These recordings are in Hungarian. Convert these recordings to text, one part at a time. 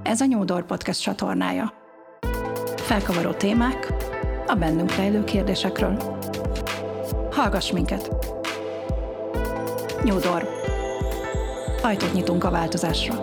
Ez a New Door Podcast csatornája. Felkavaró témák a bennünk rejlő kérdésekről. Hallgass minket! New Door. Ajtót nyitunk a változásra.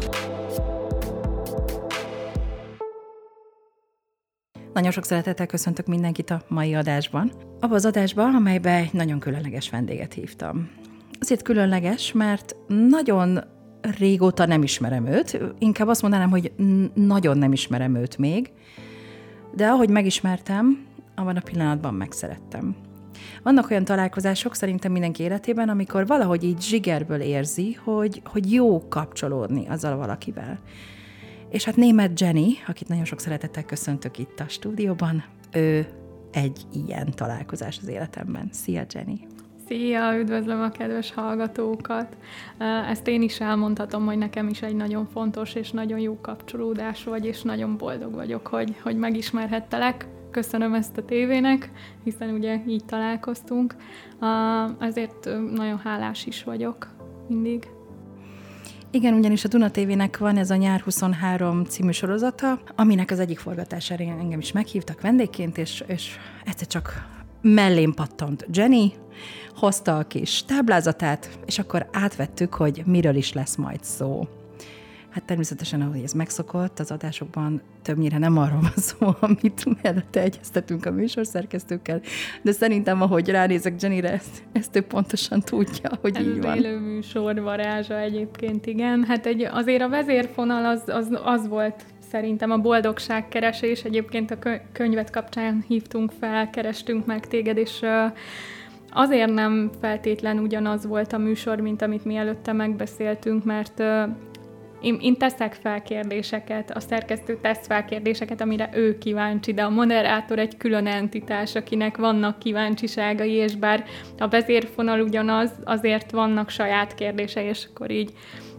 Nagyon sok szeretettel köszöntök mindenkit a mai adásban. Abban az adásban, amelyben egy nagyon különleges vendéget hívtam. Azért különleges, mert nagyon régóta nem ismerem őt, inkább azt mondanám, hogy nagyon nem ismerem őt még, de ahogy megismertem, abban a pillanatban megszerettem. Vannak olyan találkozások szerintem mindenki életében, amikor valahogy így zsigerből érzi, hogy jó kapcsolódni azzal valakivel. És hát Németh Jenny, akit nagyon sok szeretettel köszöntök itt a stúdióban, ő egy ilyen találkozás az életemben. Szia, Jenny! Szia, üdvözlöm a kedves hallgatókat! Ezt én is elmondhatom, hogy nekem is egy nagyon fontos és nagyon jó kapcsolódás vagy, és nagyon boldog vagyok, hogy megismerhettelek. Köszönöm ezt a tévének, hiszen ugye így találkoztunk. Ezért nagyon hálás is vagyok mindig. Igen, ugyanis a Duna TV-nek van ez a Nyár 23 című sorozata, aminek az egyik forgatására engem is meghívtak vendégként, és egyszer csak mellém pattant Jenny, hozta a kis táblázatát, és akkor átvettük, hogy miről is lesz majd szó. Hát természetesen, ahogy ez megszokott, az adásokban többnyire nem arról van szó, amit mellette egyeztetünk a műsorszerkesztőkkel, de szerintem, ahogy ránézek Jennyre, ezt ő pontosan tudja, hogy ez így van. Ez élő műsor varázsa egyébként, igen. Hát azért a vezérfonal az volt szerintem a boldogságkeresés. Egyébként a könyvet kapcsán hívtunk fel, kerestünk meg téged, és azért nem feltétlen ugyanaz volt a műsor, mint amit mi előtte megbeszéltünk, mert én teszek fel kérdéseket, a szerkesztő tesz fel kérdéseket, amire ő kíváncsi, de a moderátor egy külön entitás, akinek vannak kíváncsiságai, és bár a vezérfonal ugyanaz, azért vannak saját kérdései, és akkor így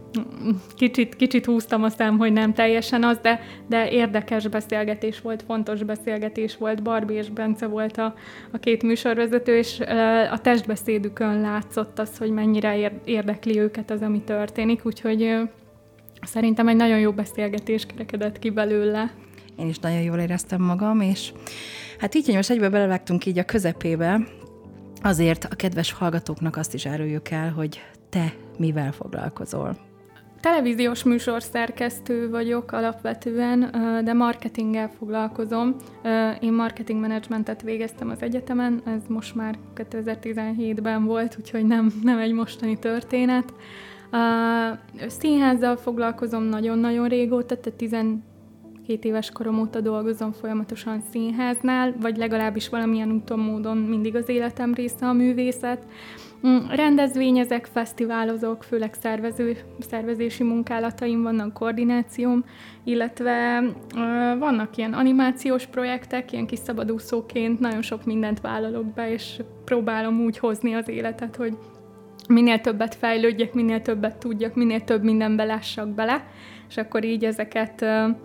kicsit húztam a szám, hogy nem teljesen az, de érdekes beszélgetés volt, fontos beszélgetés volt. Barbie és Bence volt a két műsorvezető, és a testbeszédükön látszott az, hogy mennyire érdekli őket az, ami történik, úgyhogy szerintem egy nagyon jó beszélgetés kerekedett ki belőle. Én is nagyon jól éreztem magam, és hát így, hogy most egybe belevágtunk így a közepébe, azért a kedves hallgatóknak azt is áruljuk el, hogy te mivel foglalkozol. Televíziós műsorszerkesztő vagyok alapvetően, de marketinggel foglalkozom. Én marketing managementet végeztem az egyetemen, ez most már 2017-ben volt, úgyhogy nem egy mostani történet. Színházzal foglalkozom nagyon-nagyon régóta, tehát 12 éves korom óta dolgozom folyamatosan színháznál, vagy legalábbis valamilyen úton, módon mindig az életem része a művészet. Rendezvényezek, fesztiválozok, főleg szervezési munkálataim vannak, koordinációm, illetve vannak ilyen animációs projektek, ilyen kis szabadúszóként nagyon sok mindent vállalok be, és próbálom úgy hozni az életet, hogy minél többet fejlődjek, minél többet tudjak, minél több mindenbe lássak bele, és akkor így ezeket,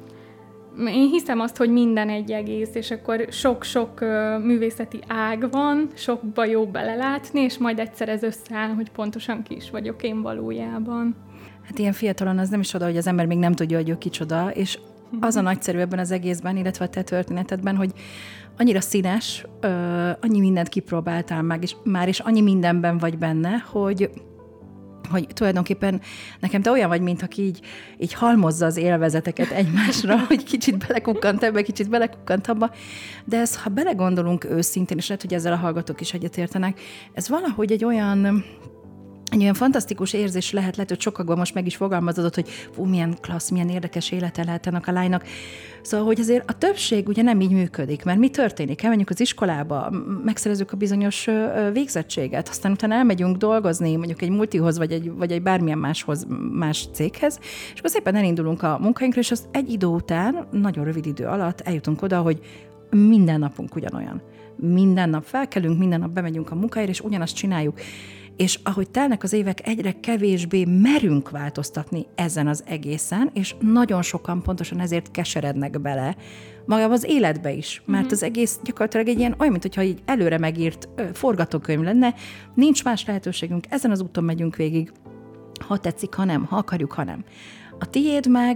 én hiszem azt, hogy minden egy egész, és akkor sok-sok művészeti ág van, sokba jó belelátni, és majd egyszer ez összeáll, hogy pontosan ki is vagyok én valójában. Hát ilyen fiatalon az nem is oda, hogy az ember még nem tudja, hogy ő kicsoda, és az a nagyszerű ebben az egészben, illetve a te történetedben, hogy annyira színes, annyi mindent kipróbáltál meg, és már is annyi mindenben vagy benne, hogy tulajdonképpen nekem te olyan vagy, mint aki így halmozza az élvezeteket egymásra, hogy kicsit belekukkant ebbe, kicsit belekukkant abba, de ez, ha belegondolunk őszintén, és lehet, hogy ezzel a hallgatók is egyetértenek, ez valahogy egy olyan fantasztikus érzés lehet, hogy sokakban most meg is fogalmazódott, hogy milyen klassz, milyen érdekes élete lehet ennek a lánynak. Szóval, hogy azért a többség ugye nem így működik, mert mi történik? Elmenjünk az iskolába, megszerezzük a bizonyos végzettséget, aztán utána elmegyünk dolgozni, mondjuk egy multihoz, vagy egy bármilyen más céghez, és akkor szépen elindulunk a munkáinkra, és az egy idő után, nagyon rövid idő alatt eljutunk oda, hogy minden napunk ugyanolyan. Minden nap felkelünk, minden nap bemegyünk a munkahelyre, és ugyanazt csináljuk. És ahogy telnek az évek, egyre kevésbé merünk változtatni ezen az egészen, és nagyon sokan pontosan ezért keserednek bele magába az életbe is. Mert az egész gyakorlatilag egy ilyen, olyan, mintha így előre megírt forgatókönyv lenne, nincs más lehetőségünk, ezen az úton megyünk végig, ha tetszik, ha nem, ha akarjuk, ha nem. A tiéd meg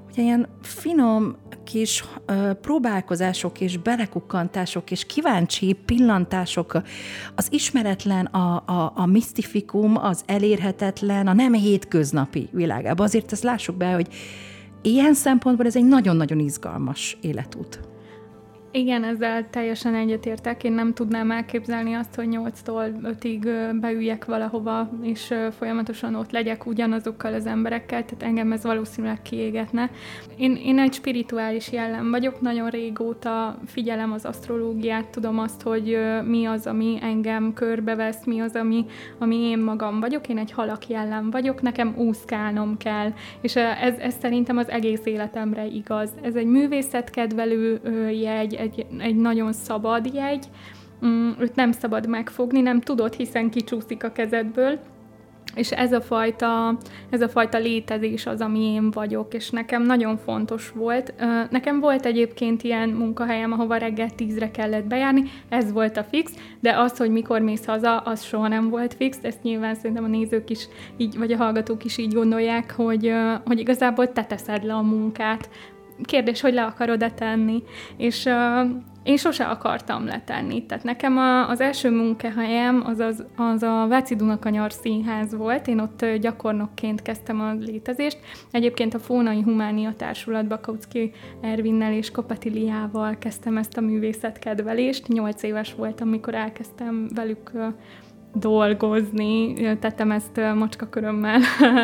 hogy ilyen finom kis próbálkozások és belekukkantások és kíváncsi pillantások, az ismeretlen, a misztifikum, az elérhetetlen, a nem hétköznapi világában. Azért ezt lássuk be, hogy ilyen szempontból ez egy nagyon-nagyon izgalmas életút. Igen, ezzel teljesen egyetértek. Én nem tudnám elképzelni azt, hogy 8-tól 5-ig beüljek valahova, és folyamatosan ott legyek ugyanazokkal az emberekkel, tehát engem ez valószínűleg kiégetne. Én egy spirituális jellem vagyok, nagyon régóta figyelem az asztrológiát, tudom azt, hogy mi az, ami engem körbevesz, mi az, ami én magam vagyok. Én egy halak jellem vagyok, nekem úszkálnom kell, és ez szerintem az egész életemre igaz. Ez egy művészetkedvelő jegy, egy nagyon szabad jegy, őt nem szabad megfogni, nem tudod, hiszen kicsúszik a kezedből, és ez a fajta létezés az, ami én vagyok, és nekem nagyon fontos volt. Nekem volt egyébként ilyen munkahelyem, ahova reggel 10-re kellett bejárni, ez volt a fix, de az, hogy mikor mész haza, az soha nem volt fix, ezt nyilván szerintem a nézők is így, vagy a hallgatók is így gondolják, hogy igazából te teszed le a munkát. Kérdés, hogy le akarod-e tenni, és én sose akartam letenni. Tehát nekem az első munkahelyem az a Váci Dunakanyar Színház volt, én ott gyakornokként kezdtem a létezést. Egyébként a Fónai Humánia Társulatba Kautsky Ervinnel és Kopatiliával kezdtem ezt a művészetkedvelést. 8 éves voltam, amikor elkezdtem velük dolgozni, tettem ezt macskakörömmel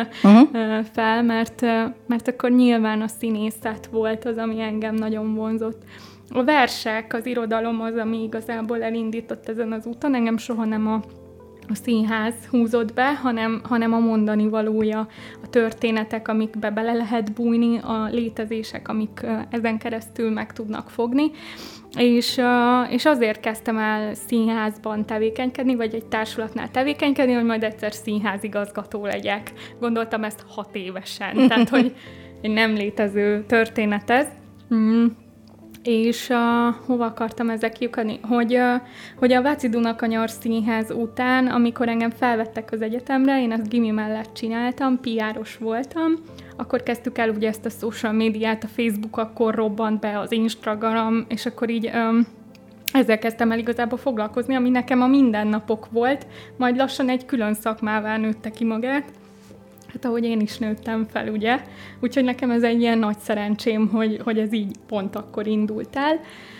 fel, mert akkor nyilván a színészet volt az, ami engem nagyon vonzott. A versek, az irodalom az, ami igazából elindított ezen az úton, engem soha nem a színház húzott be, hanem a mondani valója, a történetek, amikbe bele lehet bújni, a létezések, amik ezen keresztül meg tudnak fogni. És azért kezdtem el színházban tevékenykedni, vagy egy társulatnál tevékenykedni, hogy majd egyszer színházigazgató legyek. Gondoltam ezt 6 évesen, tehát hogy egy nem létező történet ez. És hova akartam ezzel kiukadni? Hogy a Váci Dunakanyar Színház után, amikor engem felvettek az egyetemre, én ezt gimi mellett csináltam, PR-os voltam, akkor kezdtük el ugye ezt a social médiát, a Facebook akkor robbant be, az Instagram, és akkor így ezzel kezdtem el igazából foglalkozni, ami nekem a mindennapok volt, majd lassan egy külön szakmává nőtte ki magát, hát ahogy én is nőttem fel, ugye? Úgyhogy nekem ez egy ilyen nagy szerencsém, hogy ez így pont akkor indult el.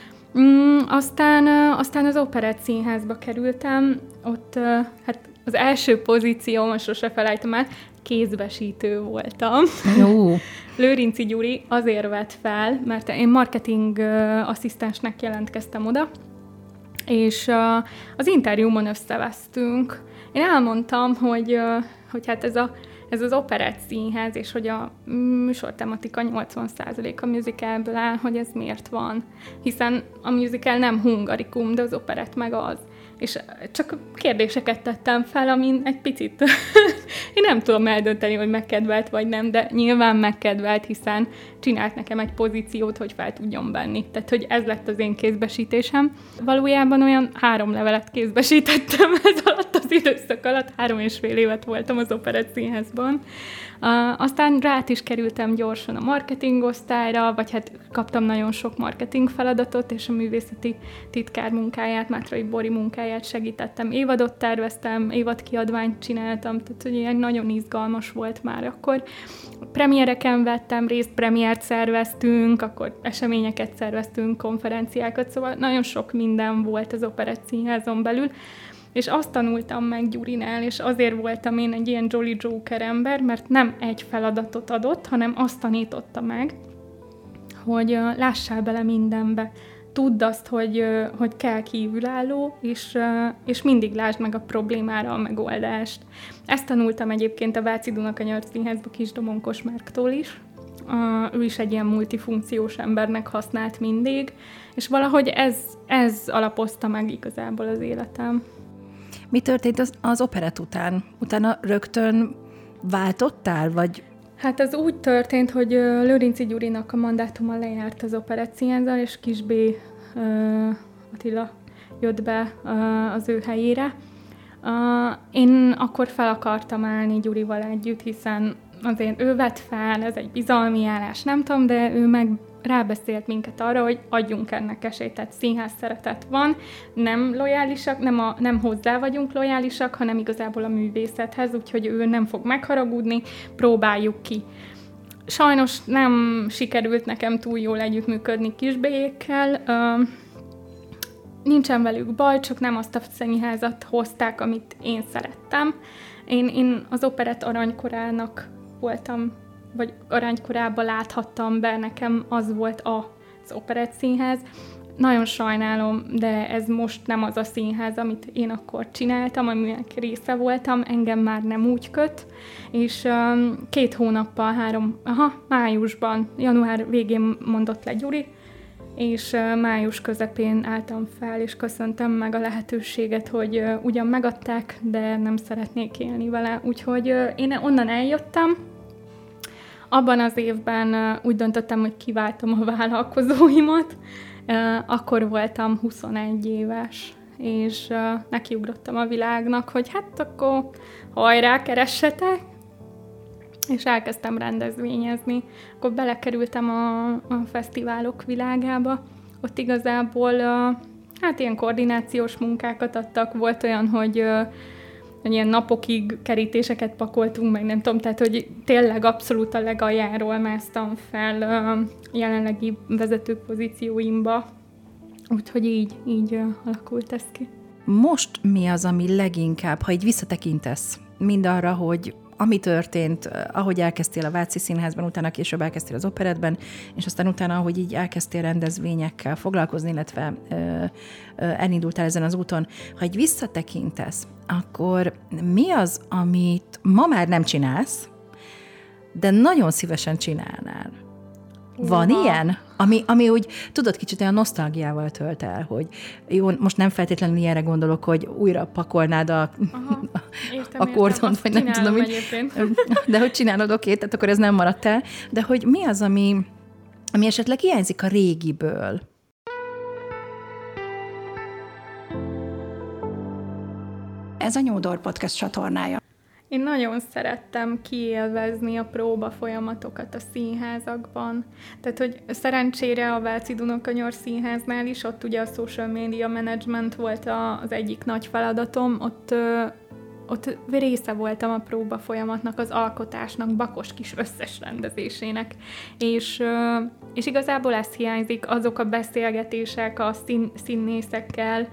Aztán az Operett Színházba kerültem, ott hát az első pozíció, most sose felejtem el, kézbesítő voltam. Lőrinci Gyuri azért vett fel, mert én marketing asszisztensnek jelentkeztem oda, és az interjúmon összevesztünk. Én elmondtam, hogy hát ez az Operett Színház, és hogy a műsortematika 80% a musicalből áll, hogy ez miért van. Hiszen a musical nem hungarikum, de az operett meg az. És csak kérdéseket tettem fel, amin egy picit én nem tudom eldönteni, hogy megkedvelt vagy nem, de nyilván megkedvelt, hiszen csinált nekem egy pozíciót, hogy fel tudjon venni. Tehát, hogy ez lett az én kézbesítésem. Valójában olyan 3 levelet kézbesítettem ez alatt az időszak alatt, 3,5 évet voltam az Operett Színházban. Aztán rá is kerültem gyorsan a marketingosztályra, vagy hát kaptam nagyon sok marketing feladatot, és a művészeti titkár munkáját, Mátrai Bori munkáját segítettem. Évadot terveztem, évadkiadványt csináltam, tehát hogy ilyen nagyon izgalmas volt már akkor. Premiereken vettem részt, premiért szerveztünk, akkor eseményeket szerveztünk, konferenciákat, szóval nagyon sok minden volt az Operett Színházon belül. És azt tanultam meg Gyurinál, és azért voltam én egy ilyen Jolly Joker ember, mert nem egy feladatot adott, hanem azt tanította meg, hogy lássál bele mindenbe. Tudd azt, hogy kell kívülálló, és mindig lásd meg a problémára a megoldást. Ezt tanultam egyébként a Váci Dunakanyar Színházba Kisdomonkos Márktól is. Ő is egy ilyen multifunkciós embernek használt mindig, és valahogy ez alapozta meg igazából az életem. Mi történt az operett után? Utána rögtön váltottál, vagy? Hát ez úgy történt, hogy Lőrinci Gyurinak a mandátuma lejárt az Operett Színházzal, és Kis B. Attila jött be az ő helyére. Én akkor fel akartam állni Gyurival együtt, hiszen azért ő vett fel, ez egy bizalmi állás, nem tudom, de ő meg rábeszélt minket arra, hogy adjunk ennek esélyt, tehát színház szeretet van, nem lojálisak, nem hozzá vagyunk lojálisak, hanem igazából a művészethez, úgyhogy ő nem fog megharagudni, próbáljuk ki. Sajnos nem sikerült nekem túl jól együttműködni kisbélyékkel, nincsen velük baj, csak nem azt a színházat hozták, amit én szerettem. Én az operett aranykorának voltam, vagy aranykorában láthattam be, nekem az volt az operett színház. Nagyon sajnálom, de ez most nem az a színház, amit én akkor csináltam, aminek része voltam, engem már nem úgy köt, és 2 hónappal, májusban, január végén mondott le Gyuri, és május közepén álltam fel, és köszöntem meg a lehetőséget, hogy ugyan megadták, de nem szeretnék élni vele. Úgyhogy én onnan eljöttem. Abban az évben úgy döntöttem, hogy kiváltom a vállalkozóimat. Akkor voltam 21 éves, és nekiugrottam a világnak, hogy hát akkor hajrá, keressetek! És elkezdtem rendezvényezni. Akkor belekerültem a fesztiválok világába. Ott igazából ilyen koordinációs munkákat adtak. Volt olyan, hogy ilyen napokig kerítéseket pakoltunk, meg nem tudom, tehát hogy tényleg abszolút a legaljáról másztam fel jelenlegi vezető pozícióimba. Úgyhogy így alakult ez ki. Most mi az, ami leginkább, ha így visszatekintesz mindarra, hogy ami történt, ahogy elkezdtél a Váci Színházban, utána később elkezdtél az operettben, és aztán utána, ahogy így elkezdtél rendezvényekkel foglalkozni, illetve elindultál ezen az úton, ha így visszatekintesz, akkor mi az, amit ma már nem csinálsz, de nagyon szívesen csinálnál? Van ilyen? Ami úgy, tudod, kicsit olyan nosztalgiával tölt el, hogy jó, most nem feltétlenül ilyenre gondolok, hogy újra pakolnád a kordont, vagy nem tudom, de hogy csinálod, oké, tehát akkor ez nem maradt el, de hogy mi az, ami esetleg hiányzik a régiből? Ez a New Door Podcast csatornája. Én nagyon szerettem kiélvezni a próba folyamatokat a színházakban. Tehát, hogy szerencsére a Váci Dunakönyör Színháznál is, ott ugye a social media management volt az egyik nagy feladatom, ott része voltam a próba folyamatnak, az alkotásnak, Bakos kis összes rendezésének. És igazából ez hiányzik, azok a beszélgetések a színészekkel,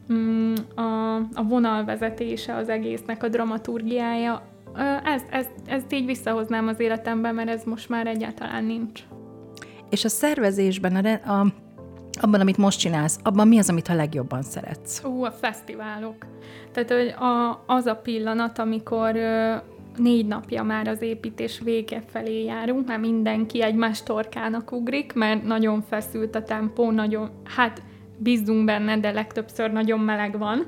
a vonalvezetése az egésznek, a dramaturgiája. Ezt így visszahoznám az életemben, mert ez most már egyáltalán nincs. És a szervezésben, abban, amit most csinálsz, abban mi az, amit a legjobban szeretsz? A fesztiválok. Tehát hogy az a pillanat, amikor 4 napja már az építés vége felé járunk, már mindenki egymás torkának ugrik, mert nagyon feszült a tempó, nagyon, bízzunk benne, de legtöbbször nagyon meleg van,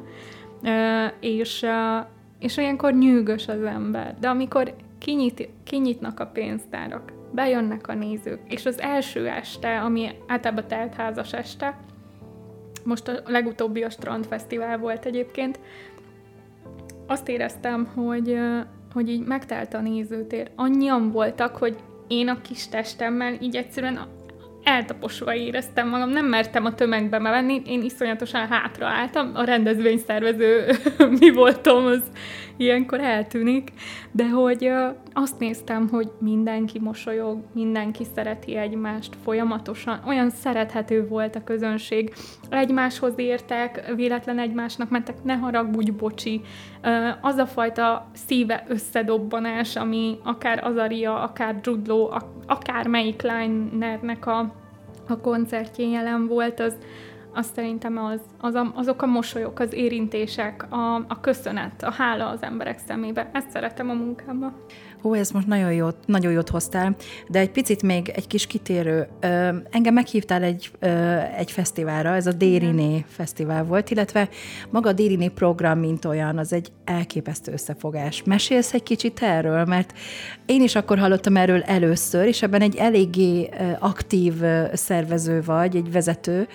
és olyankor nyűgös az ember. De amikor kinyitnak a pénztárak, bejönnek a nézők, és az első este, ami általában teltházas este, most a legutóbbi a Strandfesztivál volt egyébként, azt éreztem, hogy így megtelt a nézőtér. Annyian voltak, hogy én a kis testemmel így egyszerűen eltaposva éreztem magam, nem mertem a tömegbe menni, én iszonyatosan hátraálltam, a rendezvényszervező mi voltam, az ilyenkor eltűnik, de hogy azt néztem, hogy mindenki mosolyog, mindenki szereti egymást folyamatosan, olyan szerethető volt a közönség, egymáshoz értek, véletlen egymásnak mentek, ne haragudj, bocsi, az a fajta szíve összedobbanás, ami akár Azaria, akár Jude Law, akár melyik linernek a koncertjén jelen volt, az szerintem azok a mosolyok, az érintések, a köszönet, a hála az emberek szemébe. Ezt szeretem a munkámban. Ez most nagyon jót hoztál, de egy picit még egy kis kitérő. Engem meghívtál egy fesztiválra, ez a Dériné fesztivál volt, illetve maga a Dériné program, mint olyan, az egy elképesztő összefogás. Mesélsz egy kicsit erről? Mert én is akkor hallottam erről először, és ebben egy eléggé aktív szervező vagy, egy vezető,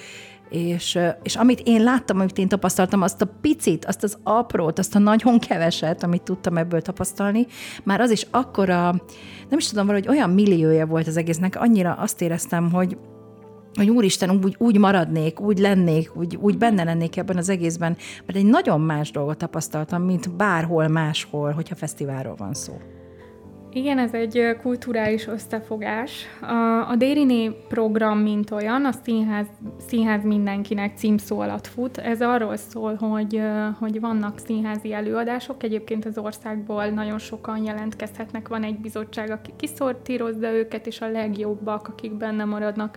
És amit én láttam, amit én tapasztaltam, azt a picit, azt az aprót, azt a nagyon keveset, amit tudtam ebből tapasztalni, már az is akkora, nem is tudom, valahogy olyan milliója volt az egésznek, annyira azt éreztem, hogy úristen, úgy maradnék, úgy lennék, úgy benne lennék ebben az egészben, mert egy nagyon más dolgot tapasztaltam, mint bárhol máshol, hogyha fesztiválról van szó. Igen, ez egy kulturális összefogás. A Dériné program, mint olyan, a színház mindenkinek címszó alatt fut. Ez arról szól, hogy vannak színházi előadások. Egyébként az országból nagyon sokan jelentkezhetnek. Van egy bizottság, aki kiszortírozza őket, és a legjobbak, akik benne maradnak,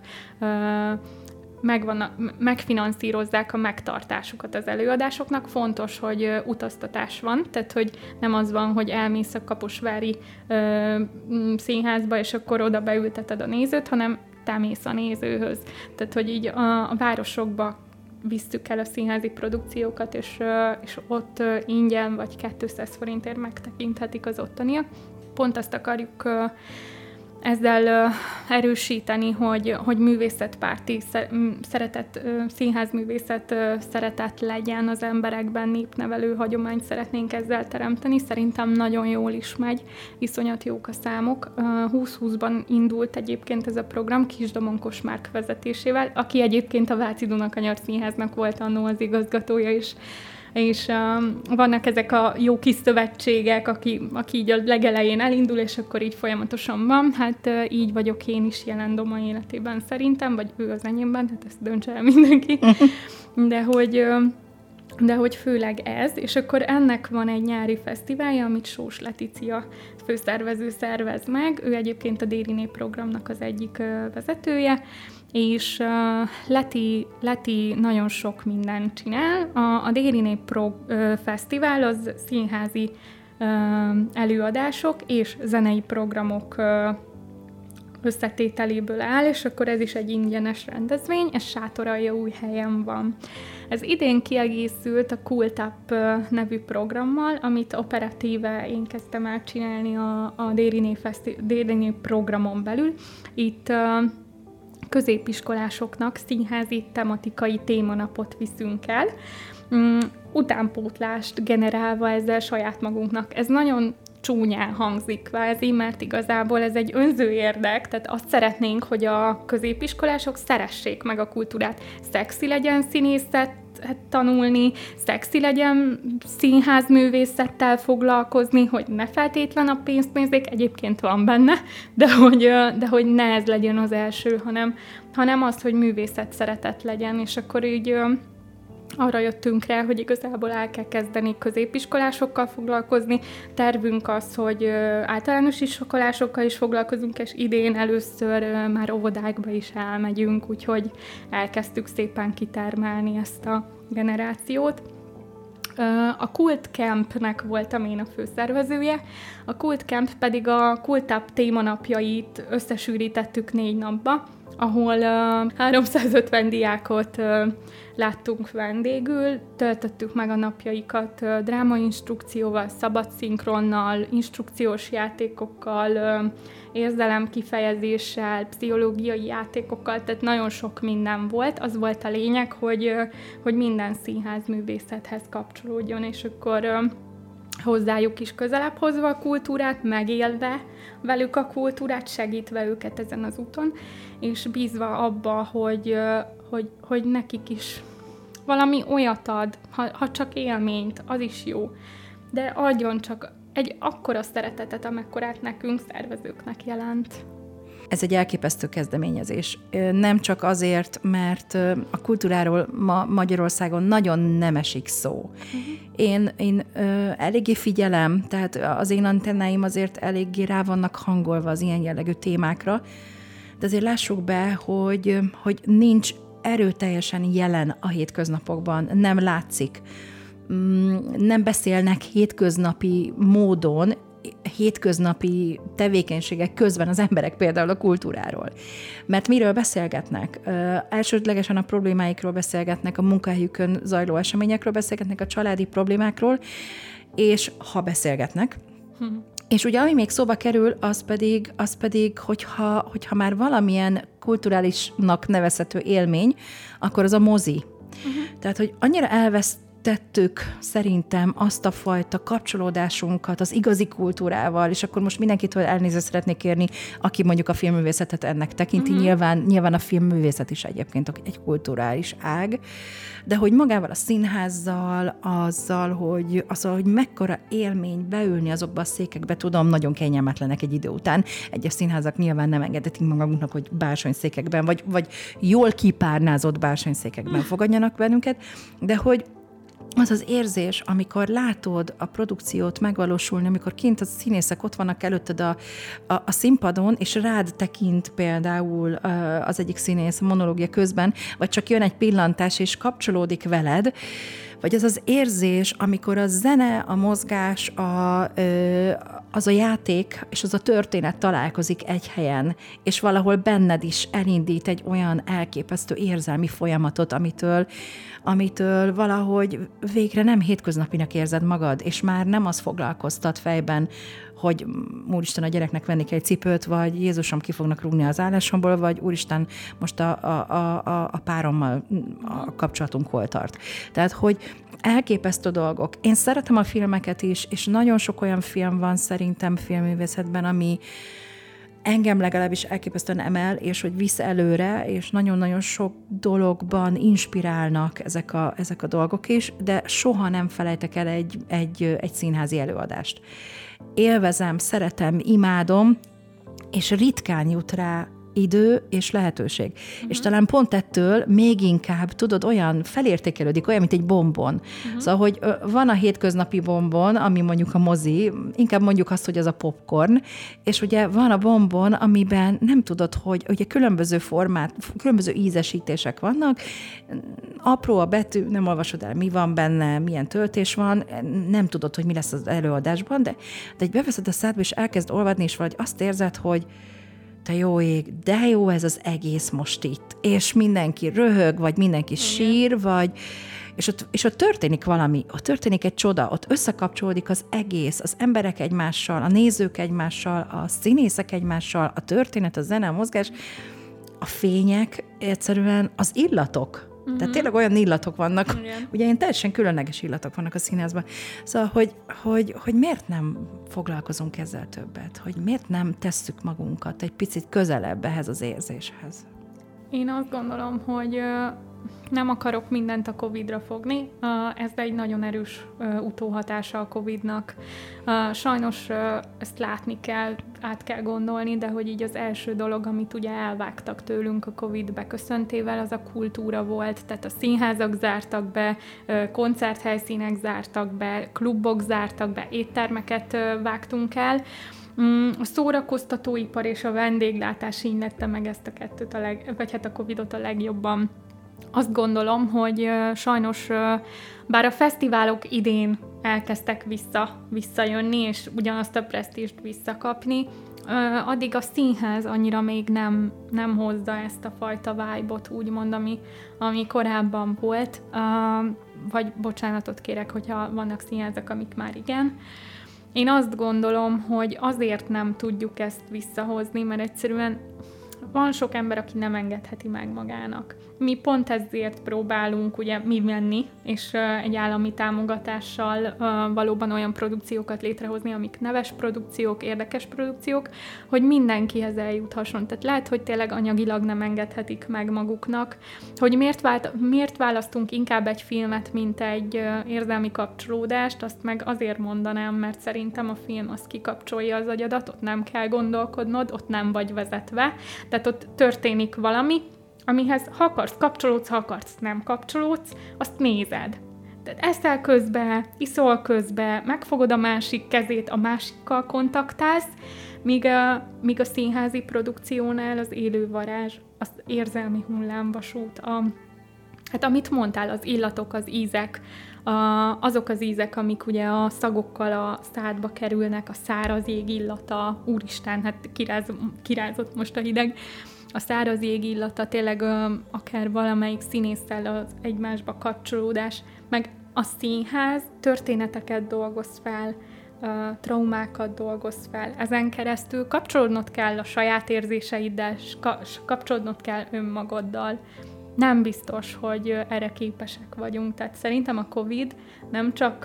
megfinanszírozzák a megtartásukat az előadásoknak. Fontos, hogy utaztatás van, tehát hogy nem az van, hogy elmész a kaposvári színházba, és akkor oda beülteted a nézőt, hanem te mész a nézőhöz. Tehát, hogy így a városokba visszük el a színházi produkciókat, és ott ingyen vagy 200 forintért megtekinthetik az ottaniak. Pont azt akarjuk ezzel erősíteni, hogy művészetpárti színházművészet szeretet legyen az emberekben, népnevelő hagyományt szeretnénk ezzel teremteni. Szerintem nagyon jól is megy, iszonyat jók a számok. 2020-ban indult egyébként ez a program Kisdomon Kosmárk vezetésével, aki egyébként a Váci Dunakanyar Színháznak volt annó az igazgatója is. És vannak ezek a jó kis szövetségek, aki így a legelején elindul, és akkor így folyamatosan van. Hát így vagyok én is jelen Doma életében szerintem, vagy ő az enyémben, hát ezt döntse el mindenki. De hogy főleg ez, és akkor ennek van egy nyári fesztiválja, amit Sós Letícia főszervező szervez meg. Ő egyébként a Dériné programnak az egyik vezetője, és Leti nagyon sok mindent csinál. A Dériné Fesztivál az színházi előadások és zenei programok összetételéből áll, és akkor ez is egy ingyenes rendezvény, ez Sátoraljaújhelyen van. Ez idén kiegészült a Kult Up nevű programmal, amit operatíve én kezdtem el csinálni a Dériné programon belül. Itt középiskolásoknak színházi tematikai témanapot viszünk el, utánpótlást generálva ezzel saját magunknak. Ez nagyon csúnyán hangzik kvázi, mert igazából ez egy önző érdek, tehát azt szeretnénk, hogy a középiskolások szeressék meg a kultúrát. Szexi legyen színészet tanulni, szexi legyen színházművészettel foglalkozni, hogy ne feltétlen a pénzt nézzék, egyébként van benne, de hogy ne ez legyen az első, hanem az, hogy művészet szeretet legyen, és akkor így arra jöttünk rá, hogy igazából el kell kezdeni középiskolásokkal foglalkozni. Tervünk az, hogy általános iskolásokkal is foglalkozunk, és idén először már óvodákba is elmegyünk, úgyhogy elkezdtük szépen kitermelni ezt a generációt. A Kult Campnek voltam én a főszervezője, a Kult Camp pedig a Kult Up témanapjait összesűrítettük 4 napba, ahol 350 diákot láttunk vendégül, töltöttük meg a napjaikat drámainstrukcióval, szabad szinkronnal, instrukciós játékokkal, érzelemkifejezéssel, pszichológiai játékokkal, tehát nagyon sok minden volt. Az volt a lényeg, hogy minden színházművészethez kapcsolódjon, és akkor hozzájuk is közelebb hozva a kultúrát, megélve velük a kultúrát, segítve őket ezen az úton, és bízva abba, hogy nekik is valami olyat ad, ha csak élményt, az is jó, de adjon csak egy akkora szeretetet, amekkorát nekünk, szervezőknek jelent. Ez egy elképesztő kezdeményezés. Nem csak azért, mert a kultúráról ma Magyarországon nagyon nem esik szó. Én eléggé figyelem, tehát az én antennáim azért eléggé rá vannak hangolva az ilyen jellegű témákra, de azért lássuk be, hogy nincs erőteljesen jelen a hétköznapokban, nem látszik. Nem beszélnek hétköznapi módon, hétköznapi tevékenységek közben az emberek például a kultúráról. Mert miről beszélgetnek? Elsődlegesen a problémáikról beszélgetnek, a munkahelyükön zajló eseményekről beszélgetnek, a családi problémákról, és ha beszélgetnek, És ugye ami még szóba kerül, az pedig hogyha már valamilyen kulturálisnak nevezhető élmény, akkor az a mozi. Tehát, hogy annyira elvesztettük szerintem azt a fajta kapcsolódásunkat az igazi kultúrával, és akkor most mindenkitől elnézést szeretnék kérni, aki mondjuk a filmművészetet ennek tekinti. Nyilván a filmművészet is egyébként egy kulturális ág, de hogy magával a színházzal, azzal, hogy mekkora élmény beülni azokba a székekbe, tudom, nagyon kényelmetlenek egy idő után. Egyes színházak nyilván nem engedhetik magunknak, hogy bársonyszékekben, vagy jól kipárnázott bársonyszékekben fogadjanak bennünket, de hogy az az érzés, amikor látod a produkciót megvalósulni, amikor kint a színészek ott vannak előtted a színpadon, és rád tekint például az egyik színész a monológia közben, vagy csak jön egy pillantás, és kapcsolódik veled, vagy az az érzés, amikor a zene, a mozgás, az a játék és az a történet találkozik egy helyen, és valahol benned is elindít egy olyan elképesztő érzelmi folyamatot, amitől valahogy végre nem hétköznapinak érzed magad, és már nem az foglalkoztat fejben, hogy úristen, a gyereknek venni kell egy cipőt, vagy Jézusom, ki fognak rúgni az állásomból, vagy úristen, most a párommal a kapcsolatunk hol tart. Tehát, hogy elképesztő dolgok. Én szeretem a filmeket is, és nagyon sok olyan film van szerintem filmművészetben, ami engem legalábbis elképesztően emel, és hogy visz előre, és nagyon-nagyon sok dologban inspirálnak ezek a dolgok is, de soha nem felejtek el egy színházi előadást. Élvezem, szeretem, imádom, és ritkán jut rá idő és lehetőség. És talán pont ettől még inkább, tudod, olyan felértékelődik, olyan, mint egy bombon. Szóval, hogy van a hétköznapi bombon, ami mondjuk a mozi, inkább mondjuk azt, hogy az a popcorn, és ugye van a bombon, amiben nem tudod, hogy ugye különböző különböző ízesítések vannak, apró a betű, nem olvasod el, mi van benne, milyen töltés van, nem tudod, hogy mi lesz az előadásban, de egy beveszed a szádba, és elkezd olvadni, és valahogy azt érzed, hogy te jó ég, de jó ez az egész most itt. És mindenki röhög, vagy mindenki sír, vagy... És ott történik valami, ott történik egy csoda, ott összekapcsolódik az egész, az emberek egymással, a nézők egymással, a színészek egymással, a történet, a zene, a mozgás, a fények, egyszerűen az illatok. Tehát tényleg olyan illatok vannak, ugye ilyen teljesen különleges illatok vannak a színházban. Szóval, hogy miért nem foglalkozunk ezzel többet? Hogy miért nem tesszük magunkat egy picit közelebb ehhez az érzéshez? Én azt gondolom, hogy nem akarok mindent a Covid-ra fogni. Ez egy nagyon erős utóhatása a Covid-nak. Sajnos ezt látni kell, át kell gondolni, de hogy így az első dolog, amit ugye elvágtak tőlünk a Covid beköszöntével, az a kultúra volt. Tehát a színházak zártak be, koncerthelyszínek zártak be, klubok zártak be, éttermeket vágtunk el. A szórakoztatóipar és a vendéglátás így lette meg ezt a kettőt, vagy hát a Covidot a legjobban. Azt gondolom, hogy sajnos, bár a fesztiválok idén elkezdtek visszajönni, és ugyanazt a presztízst visszakapni, addig a színház annyira még nem hozza ezt a fajta vibe-ot, úgymond, ami korábban volt. Vagy bocsánatot kérek, hogyha vannak színházak, amik már igen. Én azt gondolom, hogy azért nem tudjuk ezt visszahozni, mert egyszerűen van sok ember, aki nem engedheti meg magának. Mi pont ezért próbálunk ugye mi menni, és egy állami támogatással valóban olyan produkciókat létrehozni, amik neves produkciók, érdekes produkciók, hogy mindenkihez eljuthasson. Tehát lehet, hogy tényleg anyagilag nem engedhetik meg maguknak, hogy miért választunk inkább egy filmet, mint egy érzelmi kapcsolódást, azt meg azért mondanám, mert szerintem a film az kikapcsolja az agyadat, ott nem kell gondolkodnod, ott nem vagy vezetve, tehát ott történik valami, amihez ha akarsz kapcsolódsz, ha akarsz nem kapcsolódsz, azt nézed. Tehát eszel közbe, iszol közbe, megfogod a másik kezét, a másikkal kontaktálsz, míg a színházi produkciónál az élő varázs, az érzelmi hullámvasút, hát amit mondtál, az illatok, az ízek, azok az ízek, amik ugye a szagokkal a szádba kerülnek, a száraz jég illata, úristen, hát kirázott most a hideg, a száraz jég illata, tényleg akár valamelyik színésszel az egymásba kapcsolódás, meg a színház történeteket dolgoz fel, traumákat dolgozz fel. Ezen keresztül kapcsolódnod kell a saját érzéseiddel, kapcsolódnod kell önmagaddal. Nem biztos, hogy erre képesek vagyunk. Tehát szerintem a Covid nem csak...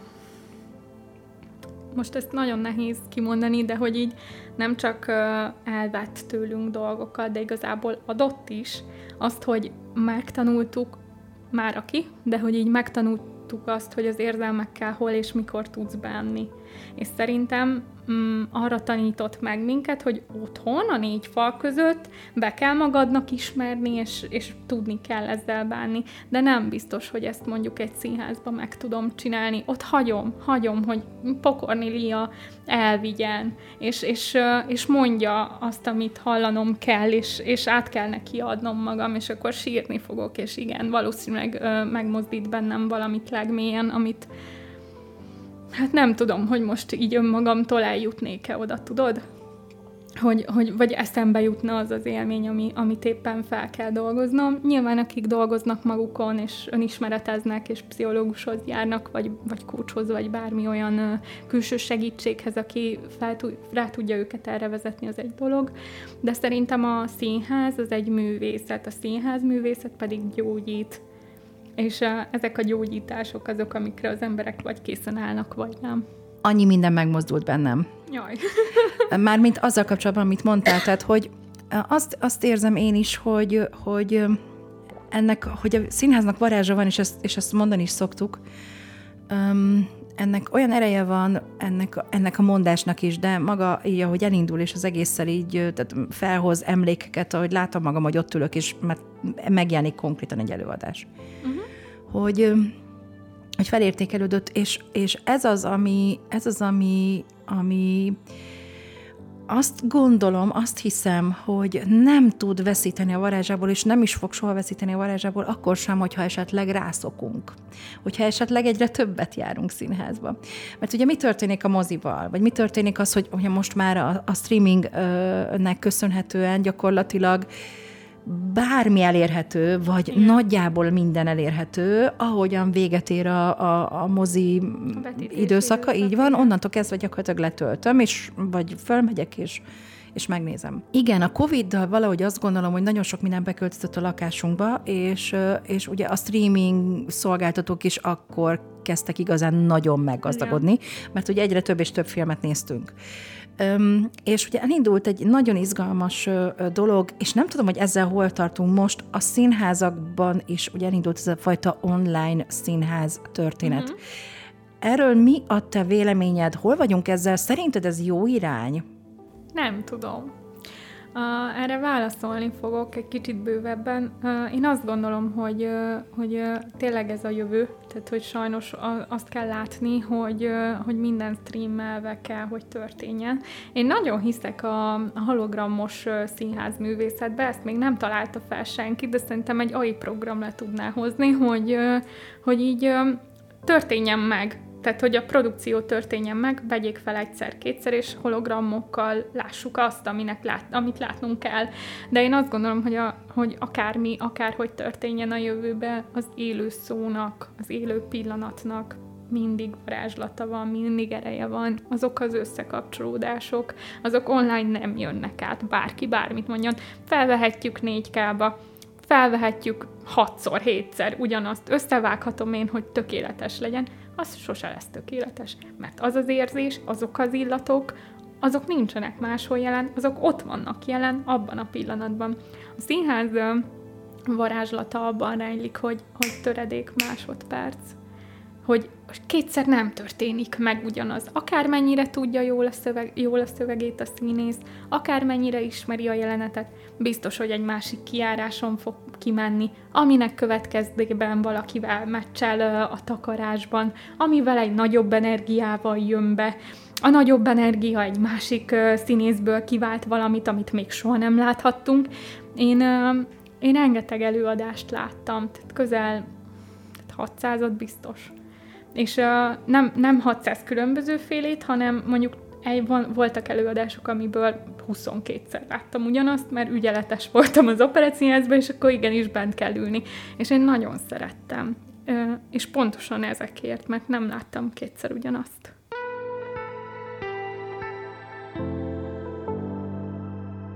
Most ezt nagyon nehéz kimondani, de hogy így nem csak elvett tőlünk dolgokat, de igazából adott is azt, hogy megtanultuk már de hogy így megtanultuk azt, hogy az érzelmekkel hol és mikor tudsz bánni. És szerintem arra tanított meg minket, hogy otthon, a 4 fal között be kell magadnak ismerni, és tudni kell ezzel bánni. De nem biztos, hogy ezt mondjuk egy színházban meg tudom csinálni. Ott hagyom, hogy Pokorni Lia elvigyen, és mondja azt, amit hallanom kell, és át kell neki adnom magam, és akkor sírni fogok, és igen, valószínűleg megmozdít bennem valamit legmélyen, amit hát nem tudom, hogy most így önmagamtól eljutnék-e oda, tudod? Vagy eszembe jutna az az élmény, amit éppen fel kell dolgoznom. Nyilván akik dolgoznak magukon, és önismereteznek, és pszichológushoz járnak, vagy coachhoz, vagy bármi olyan külső segítséghez, aki rá tudja őket erre vezetni, az egy dolog. De szerintem a színház az egy művészet, a színházművészet pedig gyógyít. És ezek a gyógyítások azok, amikre az emberek vagy készen állnak, vagy nem. Annyi minden megmozdult bennem. Jaj. Mármint azzal kapcsolatban, amit mondtál, tehát, hogy azt érzem én is, hogy a színháznak varázsa van, és ezt mondani is szoktuk, ennek olyan ereje van, ennek a mondásnak is, de maga így, ahogy elindul, és az egésszel így tehát felhoz emlékeket, ahogy látom magam, hogy ott ülök, és megjelenik konkrétan egy előadás. Hogy felértékelődött, és ez az, ami azt gondolom, azt hiszem, hogy nem tud veszíteni a varázsából, és nem is fog soha veszíteni a varázsából, akkor sem, hogyha esetleg rászokunk. Hogyha esetleg egyre többet járunk színházba. Mert ugye mi történik a mozival? Vagy mi történik az, hogy most már a streamingnek köszönhetően gyakorlatilag bármi elérhető, vagy nagyjából minden elérhető, ahogyan véget ér a mozi időszaka, így van, onnantól kezdve gyakorlatilag letöltöm, vagy fölmegyek, és megnézem. Igen, a Covid-dal valahogy azt gondolom, hogy nagyon sok minden beköltözött a lakásunkba, és ugye a streaming szolgáltatók is akkor kezdtek igazán nagyon meggazdagodni, mert ugye egyre több és több filmet néztünk. És ugye elindult egy nagyon izgalmas dolog, és nem tudom, hogy ezzel hol tartunk most, a színházakban is ugye elindult ez a fajta online színház történet. Erről mi a te véleményed? Hol vagyunk ezzel? Szerinted ez jó irány? Nem tudom. Erre válaszolni fogok egy kicsit bővebben. Én azt gondolom, hogy tényleg ez a jövő, tehát hogy sajnos azt kell látni, hogy minden streamelve kell, hogy történjen. Én nagyon hiszek a hologramos színházművészetbe, ezt még nem találta fel senki, de szerintem egy AI program le tudná hozni, hogy így történjen meg. Tehát, hogy a produkció történjen meg, vegyék fel egyszer-kétszer, és hologramokkal lássuk azt, amit látnunk kell. De én azt gondolom, hogy akárhogy történjen a jövőben, az élő szónak, az élő pillanatnak mindig varázslata van, mindig ereje van. Azok az összekapcsolódások, azok online nem jönnek át. Bárki bármit mondjon. Felvehetjük 4K-ba, felvehetjük 6-szor, 7-szer ugyanazt. Összevághatom én, hogy tökéletes legyen. Az sose lesz tökéletes, mert az az érzés, azok az illatok, azok nincsenek máshol jelen, azok ott vannak jelen abban a pillanatban. A színház varázslata abban rejlik, hogy töredék másodperc, hogy kétszer nem történik meg ugyanaz. Akármennyire tudja jól a szövegét a színész, akármennyire ismeri a jelenetet, biztos, hogy egy másik kijáráson fog kimenni, aminek következtében valakivel meccsel a takarásban, amivel egy nagyobb energiával jön be. A nagyobb energia egy másik színészből kivált valamit, amit még soha nem láthattunk. Én rengeteg előadást láttam, tehát közel 600-at biztos. És nem 600 különbözőfélét, hanem mondjuk voltak előadások, amiből 22-szer láttam ugyanazt, mert ügyeletes voltam az Operettszínházban, és akkor igenis bent kell ülni. És én nagyon szerettem. És pontosan ezekért, mert nem láttam kétszer ugyanazt.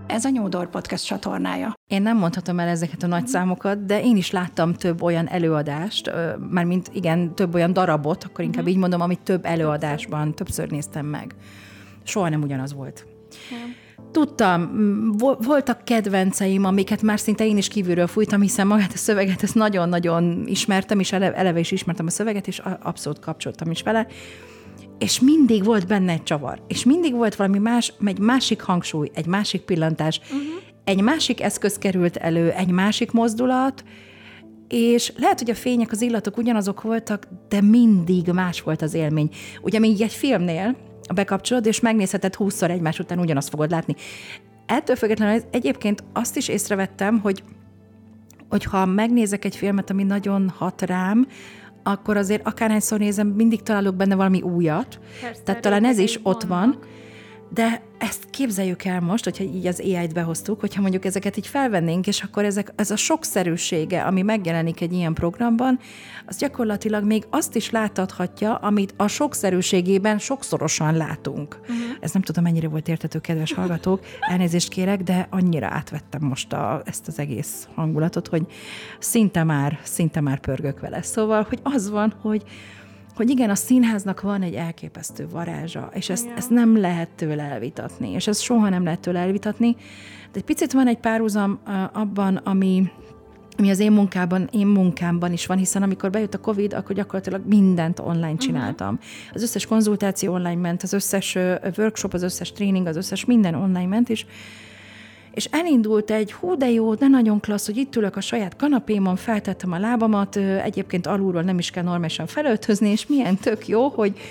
Ez a Nyúdor Podcast csatornája. Én nem mondhatom el ezeket a nagy számokat, de én is láttam több olyan előadást, mármint igen, több olyan darabot, akkor inkább így mondom, amit több előadásban többször néztem meg. Soha nem ugyanaz volt. Tudtam, voltak kedvenceim, amiket már szinte én is kívülről fújtam, hiszen magát a szöveget ezt nagyon-nagyon ismertem, és eleve is ismertem a szöveget, és abszolút kapcsoltam is vele. És mindig volt benne egy csavar, és mindig volt valami más, egy másik hangsúly, egy másik pillantás, egy másik eszköz került elő, egy másik mozdulat, és lehet, hogy a fények, az illatok ugyanazok voltak, de mindig más volt az élmény. Ugye még egy filmnél bekapcsolod, és megnézheted 20-szor egymás után ugyanazt fogod látni. Ettől függetlenül egyébként azt is észrevettem, hogy ha megnézek egy filmet, ami nagyon hat rám, akkor azért akárhányszor nézem, mindig találok benne valami újat. Persze, tehát talán ez is ott van. De ezt képzeljük el most, hogyha így az AI-t behoztuk, hogyha mondjuk ezeket így felvennénk, és akkor ez a sokszerűsége, ami megjelenik egy ilyen programban, az gyakorlatilag még azt is láthatja, amit a sokszerűségében sokszorosan látunk. Ez nem tudom, mennyire volt érthető, kedves hallgatók, elnézést kérek, de annyira átvettem most ezt az egész hangulatot, hogy szinte már pörgök vele. Szóval, hogy az van, hogy igen, a színháznak van egy elképesztő varázsa, és ezt nem lehet tőle elvitatni, és ezt soha nem lehet tőle elvitatni, de egy picit van egy párhuzam abban, ami az én munkámban is van, hiszen amikor bejött a Covid, akkor gyakorlatilag mindent online csináltam. Az összes konzultáció online ment, az összes workshop, az összes tréning, az összes minden online ment, és elindult egy de jó, de nagyon klassz, hogy itt ülök a saját kanapémon, feltettem a lábamat, egyébként alulról nem is kell normálisan felöltözni, és milyen tök jó,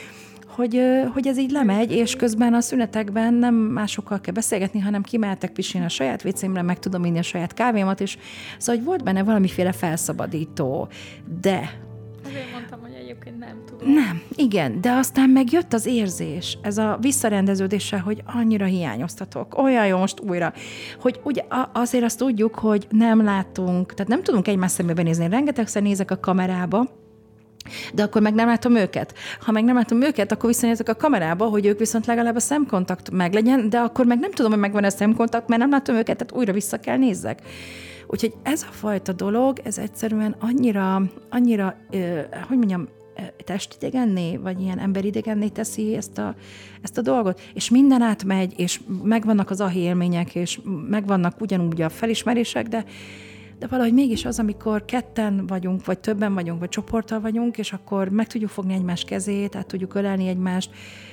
hogy ez így lemegy, és közben a szünetekben nem másokkal kell beszélgetni, hanem kimehetek pisilni a saját vécémre, meg tudom inni a saját kávémat, és szóval, hogy volt benne valamiféle felszabadító, de... Azért mondtam, hogy egyébként nem tudom. Nem, igen, de aztán megjött az érzés, ez a visszarendeződéssel, hogy annyira hiányoztatok, olyan jó most újra, hogy ugye azért azt tudjuk, hogy nem látunk, tehát nem tudunk egymás szemébe nézni, rengetegszer nézek a kamerába, de akkor meg nem látom őket. Ha meg nem látom őket, akkor viszonyítok a kamerába, hogy ők viszont legalább a szemkontakt meglegyen, de akkor meg nem tudom, hogy megvan a szemkontakt, mert nem látom őket, tehát újra vissza kell nézzek. Úgyhogy ez a fajta dolog, ez egyszerűen annyira hogy mondjam, testidegenné, vagy ilyen emberidegenné teszi ezt a dolgot, és minden átmegy, és megvannak az élmények, és megvannak ugyanúgy a felismerések, de valahogy mégis az, amikor ketten vagyunk, vagy többen vagyunk, vagy csoporttal vagyunk, és akkor meg tudjuk fogni egymás kezét, át tudjuk ölelni egymást,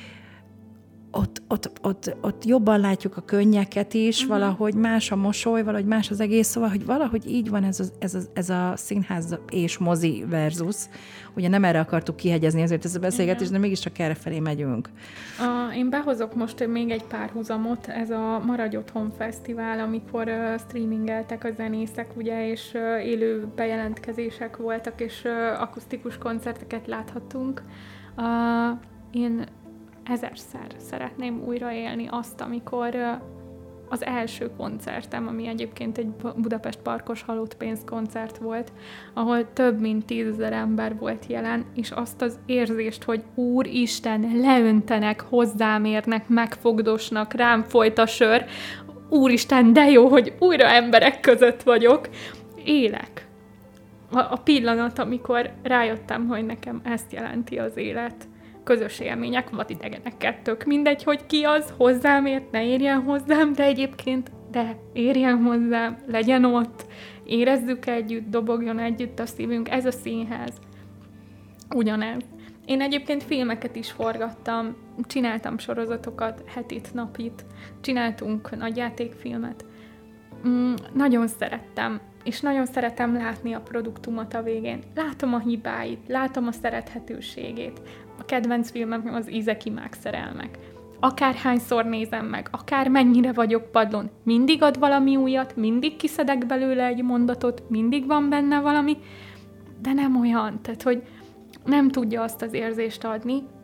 ott jobban látjuk a könnyeket is, valahogy más a mosoly, valahogy más az egész, szóval, hogy valahogy így van ez a színház és mozi versus. Ugye nem erre akartuk kihegyezni ezért ezt a beszélgetést, de mégiscsak erre felé megyünk. Én behozok most még egy párhuzamot, ez a Maradj Otthon Fesztivál, amikor streamingeltek a zenészek, ugye, és élő bejelentkezések voltak, és akusztikus koncerteket láthattunk. Én 1000-szer szeretném újraélni azt, amikor az első koncertem, ami egyébként egy Budapest Parkos halott pénz koncert volt, ahol több mint 10 000 ember volt jelen, és azt az érzést, hogy Úristen, leöntenek, hozzám érnek, megfogdosnak, rám folyt a sör, Úristen, de jó, hogy újra emberek között vagyok, élek. A pillanat, amikor rájöttem, hogy nekem ezt jelenti az élet. Közös élmények, vadidegenekkel tök mindegy, hogy ki az, hozzám ért, ne érjen hozzám, de egyébként, de érjen hozzám, legyen ott, érezzük együtt, dobogjon együtt a szívünk, ez a színház. Ugyanez. Én egyébként filmeket is forgattam, csináltam sorozatokat, hetit, napit, csináltunk nagyjátékfilmet. Nagyon szerettem, és nagyon szeretem látni a produktumot a végén. Látom a hibáit, látom a szerethetőségét. A kedvenc filmem az Ízek, imák, szerelmek. Akárhányszor nézem meg, akár mennyire vagyok padlón, mindig ad valami újat, mindig kiszedek belőle egy mondatot, mindig van benne valami, de nem olyan, tehát hogy nem tudja azt az érzést adni, mert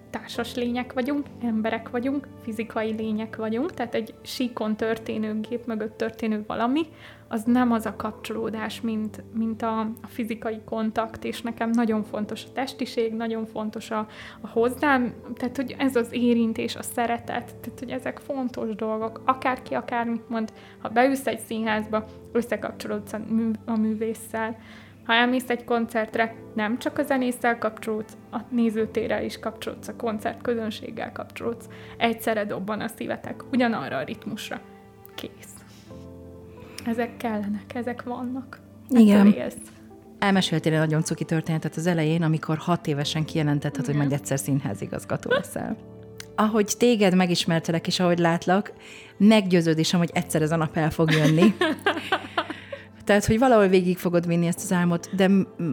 társas lények vagyunk, emberek vagyunk, fizikai lények vagyunk, tehát egy síkon történő, gép mögött történő valami, az nem az a kapcsolódás, mint a fizikai kontakt, és nekem nagyon fontos a testiség, nagyon fontos a hozzám, tehát hogy ez az érintés, a szeretet, tehát hogy ezek fontos dolgok, akárki akármit mond, ha beülsz egy színházba, összekapcsolódsz a művésszel. Ha elmész egy koncertre, nem csak a zenésszel kapcsolódsz, a nézőtérrel is kapcsolódsz, a koncert közönséggel kapcsolódsz. Egyszerre dobban a szívetek, ugyanarra a ritmusra. Kész. Ezek kellenek, ezek vannak. Igen. Elmeséltél egy nagyon cuki történetet az elején, amikor 6 évesen kijelentetted, hogy majd egyszer színházigazgató leszel. Ahogy téged megismertelek, és ahogy látlak, meggyőződésem, hogy egyszer ez a nap el fog jönni. Tehát, hogy valahol végig fogod vinni ezt az álmot, de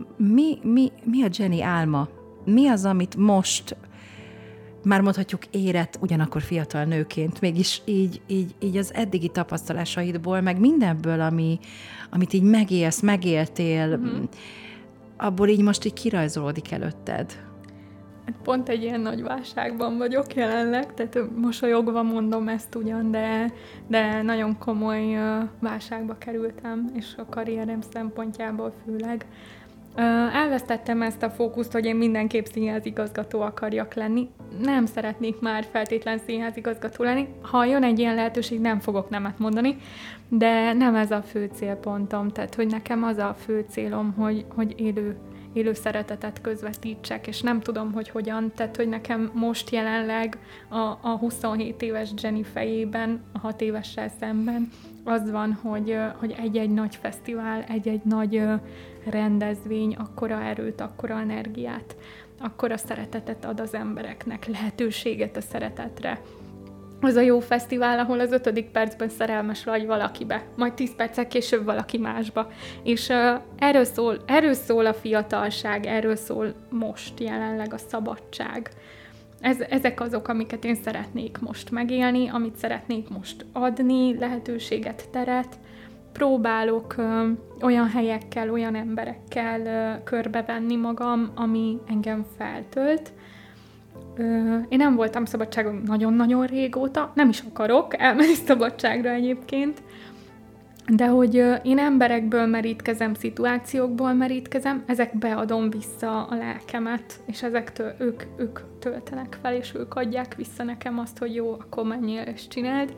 mi a Jenny álma? Mi az, amit most már mondhatjuk érett, ugyanakkor fiatal nőként, mégis így az eddigi tapasztalásaidból, meg mindenből, amit így megéltél, abból így most így kirajzolódik előtted? Pont egy ilyen nagy válságban vagyok jelenleg, tehát mosolyogva mondom ezt ugyan, de nagyon komoly válságba kerültem, és a karrierem szempontjából főleg. Elvesztettem ezt a fókuszt, hogy én mindenképp színházigazgató akarjak lenni. Nem szeretnék már feltétlen színházigazgató lenni. Ha jön egy ilyen lehetőség, nem fogok nemet mondani, de nem ez a fő célpontom. Tehát, hogy nekem az a fő célom, hogy élő szeretetet közvetítsek, és nem tudom, hogy hogyan. Tehát, hogy nekem most jelenleg a 27 éves Jenny fejében, a 6 évessel szemben az van, hogy egy-egy nagy fesztivál, egy-egy nagy rendezvény akkora erőt, akkora energiát, akkora szeretetet ad az embereknek, lehetőséget a szeretetre. Az a jó fesztivál, ahol az 5. percben szerelmes vagy valakibe, majd 10 perccel később valaki másba. És erről szól a fiatalság, erről szól most jelenleg a szabadság. Ezek azok, amiket én szeretnék most megélni, amit szeretnék most adni, lehetőséget, teret. Próbálok olyan helyekkel, olyan emberekkel körbevenni magam, ami engem feltölt. Én nem voltam szabadságon nagyon-nagyon régóta, nem is akarok elmenni szabadságra egyébként, de hogy én emberekből merítkezem, szituációkból merítkezem, ezekbe adom vissza a lelkemet, és ezektől ők töltenek fel, és ők adják vissza nekem azt, hogy jó, akkor menjél és csináld.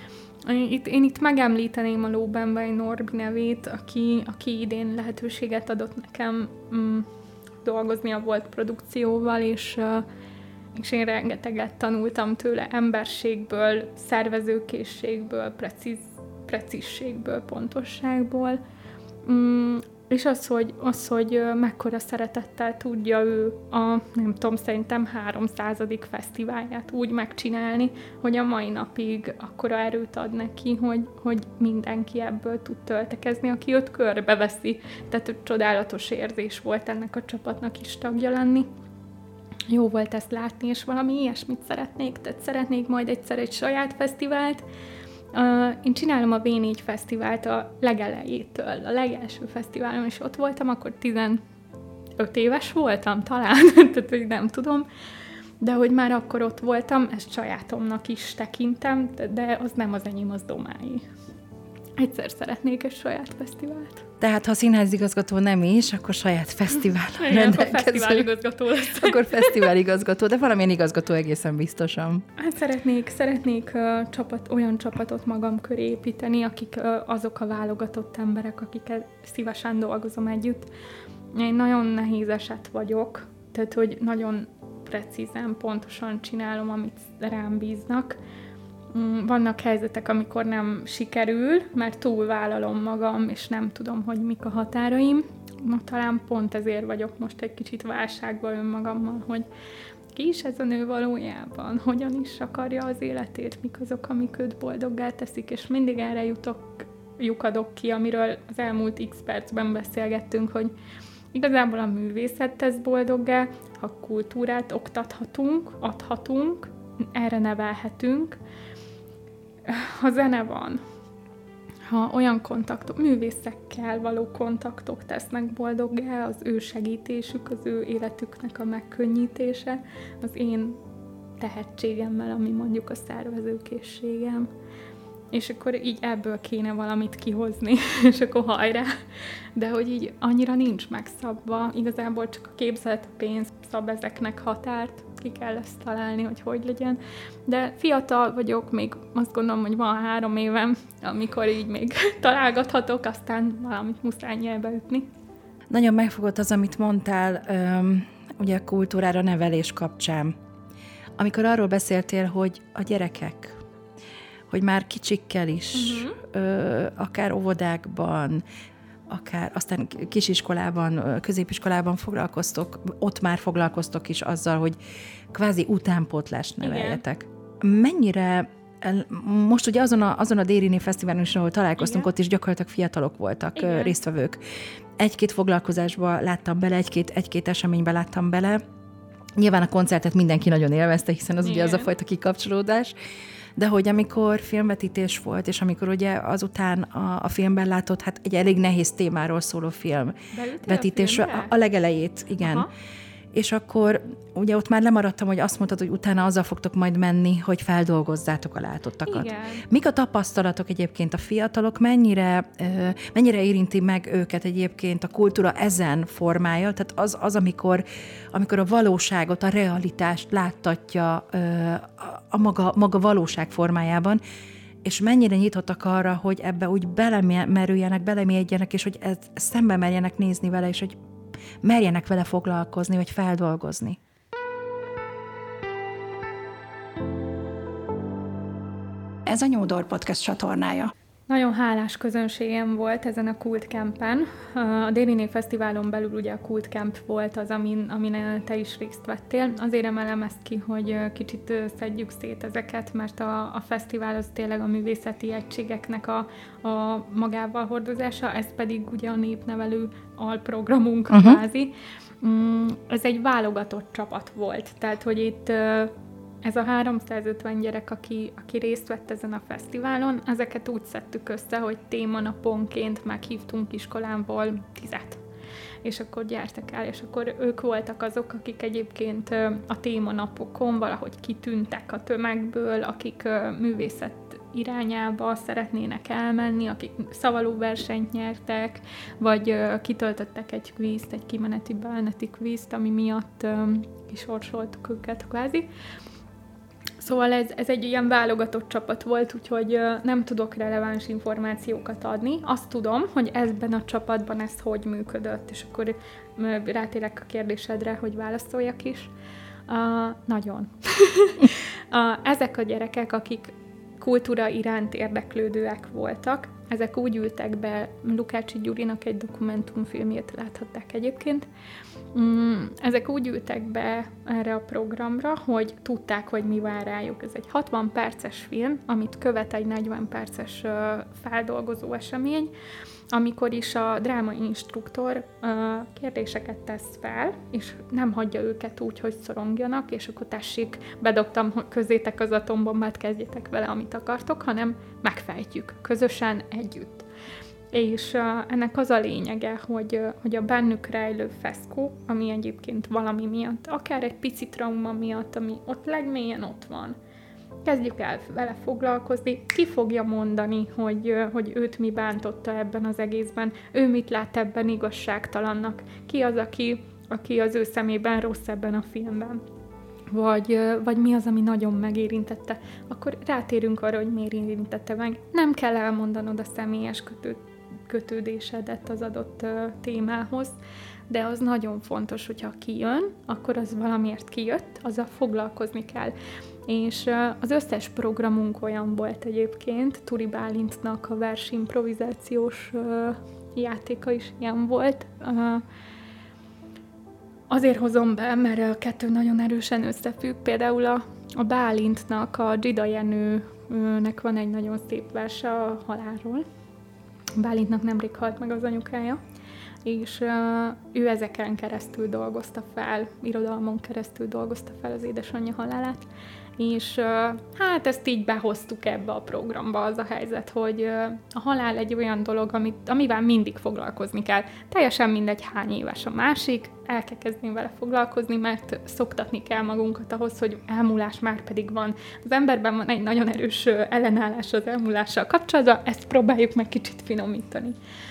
Én itt megemlíteném a Lóbenbej Norbi nevét, aki idén lehetőséget adott nekem dolgozni a Volt produkcióval, és én rengeteget tanultam tőle emberségből, szervezőkészségből, precízségből, pontosságból. És az, hogy mekkora szeretettel tudja ő nem tudom, szerintem 300. fesztiválját úgy megcsinálni, hogy a mai napig akkora erőt ad neki, hogy mindenki ebből tud töltekezni, aki őt körbeveszi. Tehát csodálatos érzés volt ennek a csapatnak is tagja lenni. Jó volt ezt látni, és valami ilyesmit szeretnék. Tehát szeretnék majd egyszer egy saját fesztivált. Én csinálom a V4 fesztivált a legelejétől, a legelső fesztiválon, és ott voltam, akkor 15 éves voltam talán, tehát hogy nem tudom, de hogy már akkor ott voltam, ezt sajátomnak is tekintem, de az nem az enyém, az Domái. Egyszer szeretnék egy saját fesztivált. Tehát, ha színházigazgató nem is, akkor saját fesztivál rendelkező. Akkor fesztiváligazgató lesz. Akkor fesztiváligazgató, de valamilyen igazgató egészen biztosan. Hát szeretnék olyan csapatot magam köré építeni, akik azok a válogatott emberek, akikkel szívesen dolgozom együtt. Én nagyon nehéz eset vagyok, tehát, hogy nagyon precízen, pontosan csinálom, amit rám bíznak. Vannak helyzetek, amikor nem sikerül, mert túlvállalom magam, és nem tudom, hogy mik a határaim. Talán pont ezért vagyok most egy kicsit válságban önmagammal, hogy ki is ez a nő valójában, hogyan is akarja az életét, mik azok, amik őt boldoggá teszik, és mindig erre lyukadok ki, amiről az elmúlt x percben beszélgettünk, hogy igazából a művészet tesz boldoggá, ha kultúrát oktathatunk, adhatunk, erre nevelhetünk, ha zene van, ha olyan művészekkel való kontaktok tesznek boldoggá, az ő segítésük, az ő életüknek a megkönnyítése, az én tehetségemmel, ami mondjuk a szervezőkészségem. És akkor így ebből kéne valamit kihozni, és akkor hajrá. De hogy így annyira nincs megszabva, igazából csak a képzelet, a pénz szab ezeknek határt, ki kell ezt találni, hogy legyen. De fiatal vagyok, még azt gondolom, hogy van 3 évem, amikor így még találgathatok, aztán valamit muszáj nyelbe ütni. Nagyon megfogott az, amit mondtál, ugye a kultúrára nevelés kapcsán. Amikor arról beszéltél, hogy a gyerekek, hogy már kicsikkel is, akár óvodákban, akár aztán kisiskolában, középiskolában foglalkoztok, ott már foglalkoztok is azzal, hogy kvázi utánpótlást neveljetek. Mennyire, most ugye azon a Dériné Fesztiválon is, ahol találkoztunk, ott is gyakorlatilag fiatalok voltak, résztvevők. 1-2 foglalkozásba láttam bele, egy-két eseménybe láttam bele. Nyilván a koncertet mindenki nagyon élvezte, hiszen az ugye az a fajta kikapcsolódás. De hogy amikor filmvetítés volt, és amikor ugye azután a filmben látott, hát egy elég nehéz témáról szóló filmvetítés, a legelejét, igen. Aha. És akkor ugye ott már lemaradtam, hogy azt mondtad, hogy utána azzal fogtok majd menni, hogy feldolgozzátok a látottakat. Igen. Mik a tapasztalatok egyébként a fiatalok, mennyire érinti meg őket egyébként a kultúra ezen formája, tehát az amikor a valóságot, a realitást láttatja a maga valóság formájában, és mennyire nyitottak arra, hogy ebbe úgy belemerüljenek, belemélyedjenek, és hogy ezt szembe merjenek nézni vele, és hogy merjenek vele foglalkozni, vagy feldolgozni. Ez a New Door Podcast csatornája. Nagyon hálás közönségem volt ezen a Kult Campen. A Dériné Fesztiválon belül ugye a Kult Camp volt az, amin te is részt vettél. Azért emelem ezt ki, hogy kicsit szedjük szét ezeket, mert a fesztivál az tényleg a művészeti egységeknek a magával hordozása, ez pedig ugye a népnevelő alprogramunk kvázi. Ez egy válogatott csapat volt, tehát hogy itt ez a 350 gyerek, aki részt vett ezen a fesztiválon, ezeket úgy szedtük össze, hogy témanaponként meghívtunk iskolámból 10. És akkor gyertek el, és akkor ők voltak azok, akik egyébként a témanapokon valahogy kitűntek a tömegből, akik művészet irányába szeretnének elmenni, akik szavalóversenyt nyertek, vagy kitöltöttek egy kvízt, egy kimeneti belneti kvízt, ami miatt kisorsoltuk őket kvázi. Szóval ez egy ilyen válogatott csapat volt, úgyhogy nem tudok releváns információkat adni. Azt tudom, hogy ebben a csapatban ez hogy működött, és akkor rátérek a kérdésedre, hogy válaszoljak is. Nagyon. Ezek a gyerekek, akik kultúra iránt érdeklődőek voltak, ezek úgy ültek be, Lukácsi Gyurinak egy dokumentumfilmjét láthatták egyébként, ezek úgy ültek be erre a programra, hogy tudták, hogy mi vár rájuk. Ez egy 60 perces film, amit követ egy 40 perces feldolgozó esemény, amikor is a drámainstruktor kérdéseket tesz fel, és nem hagyja őket úgy, hogy szorongjanak, és akkor tessék, bedobtam közétek az atombombát, kezdjetek vele, amit akartok, hanem megfejtjük, közösen, együtt. És ennek az a lényege, hogy a bennük rejlő feszkó, ami egyébként valami miatt, akár egy pici trauma miatt, ami ott legmélyen ott van, kezdjük el vele foglalkozni, ki fogja mondani, hogy őt mi bántotta ebben az egészben, ő mit lát ebben igazságtalannak, ki az, aki az ő szemében rossz ebben a filmben, vagy mi az, ami nagyon megérintette. Akkor rátérünk arra, hogy miért érintette meg. Nem kell elmondanod a személyes kötődésedet az adott témához, de az nagyon fontos, hogyha kijön, akkor az valamiért kijött, azzal foglalkozni kell. És az összes programunk olyan volt egyébként, Turi Bálintnak a versimprovizációs játéka is ilyen volt. Azért hozom be, mert a kettő nagyon erősen összefügg. Például a Bálintnak, a Dzsida Jenőnek van egy nagyon szép verse a halálról. Bálintnak nemrég halt meg az anyukája, és ő ezeken keresztül dolgozta fel, irodalmon keresztül dolgozta fel az édesanyja halálát, és hát ezt így behoztuk ebbe a programba. Az a helyzet, hogy a halál egy olyan dolog, amivel mindig foglalkozni kell. Teljesen mindegy, hány éves a másik, el kell kezdeni vele foglalkozni, mert szoktatni kell magunkat ahhoz, hogy elmúlás már pedig van. Az emberben van egy nagyon erős ellenállás az elmúlással kapcsolatban, ezt próbáljuk meg kicsit finomítani.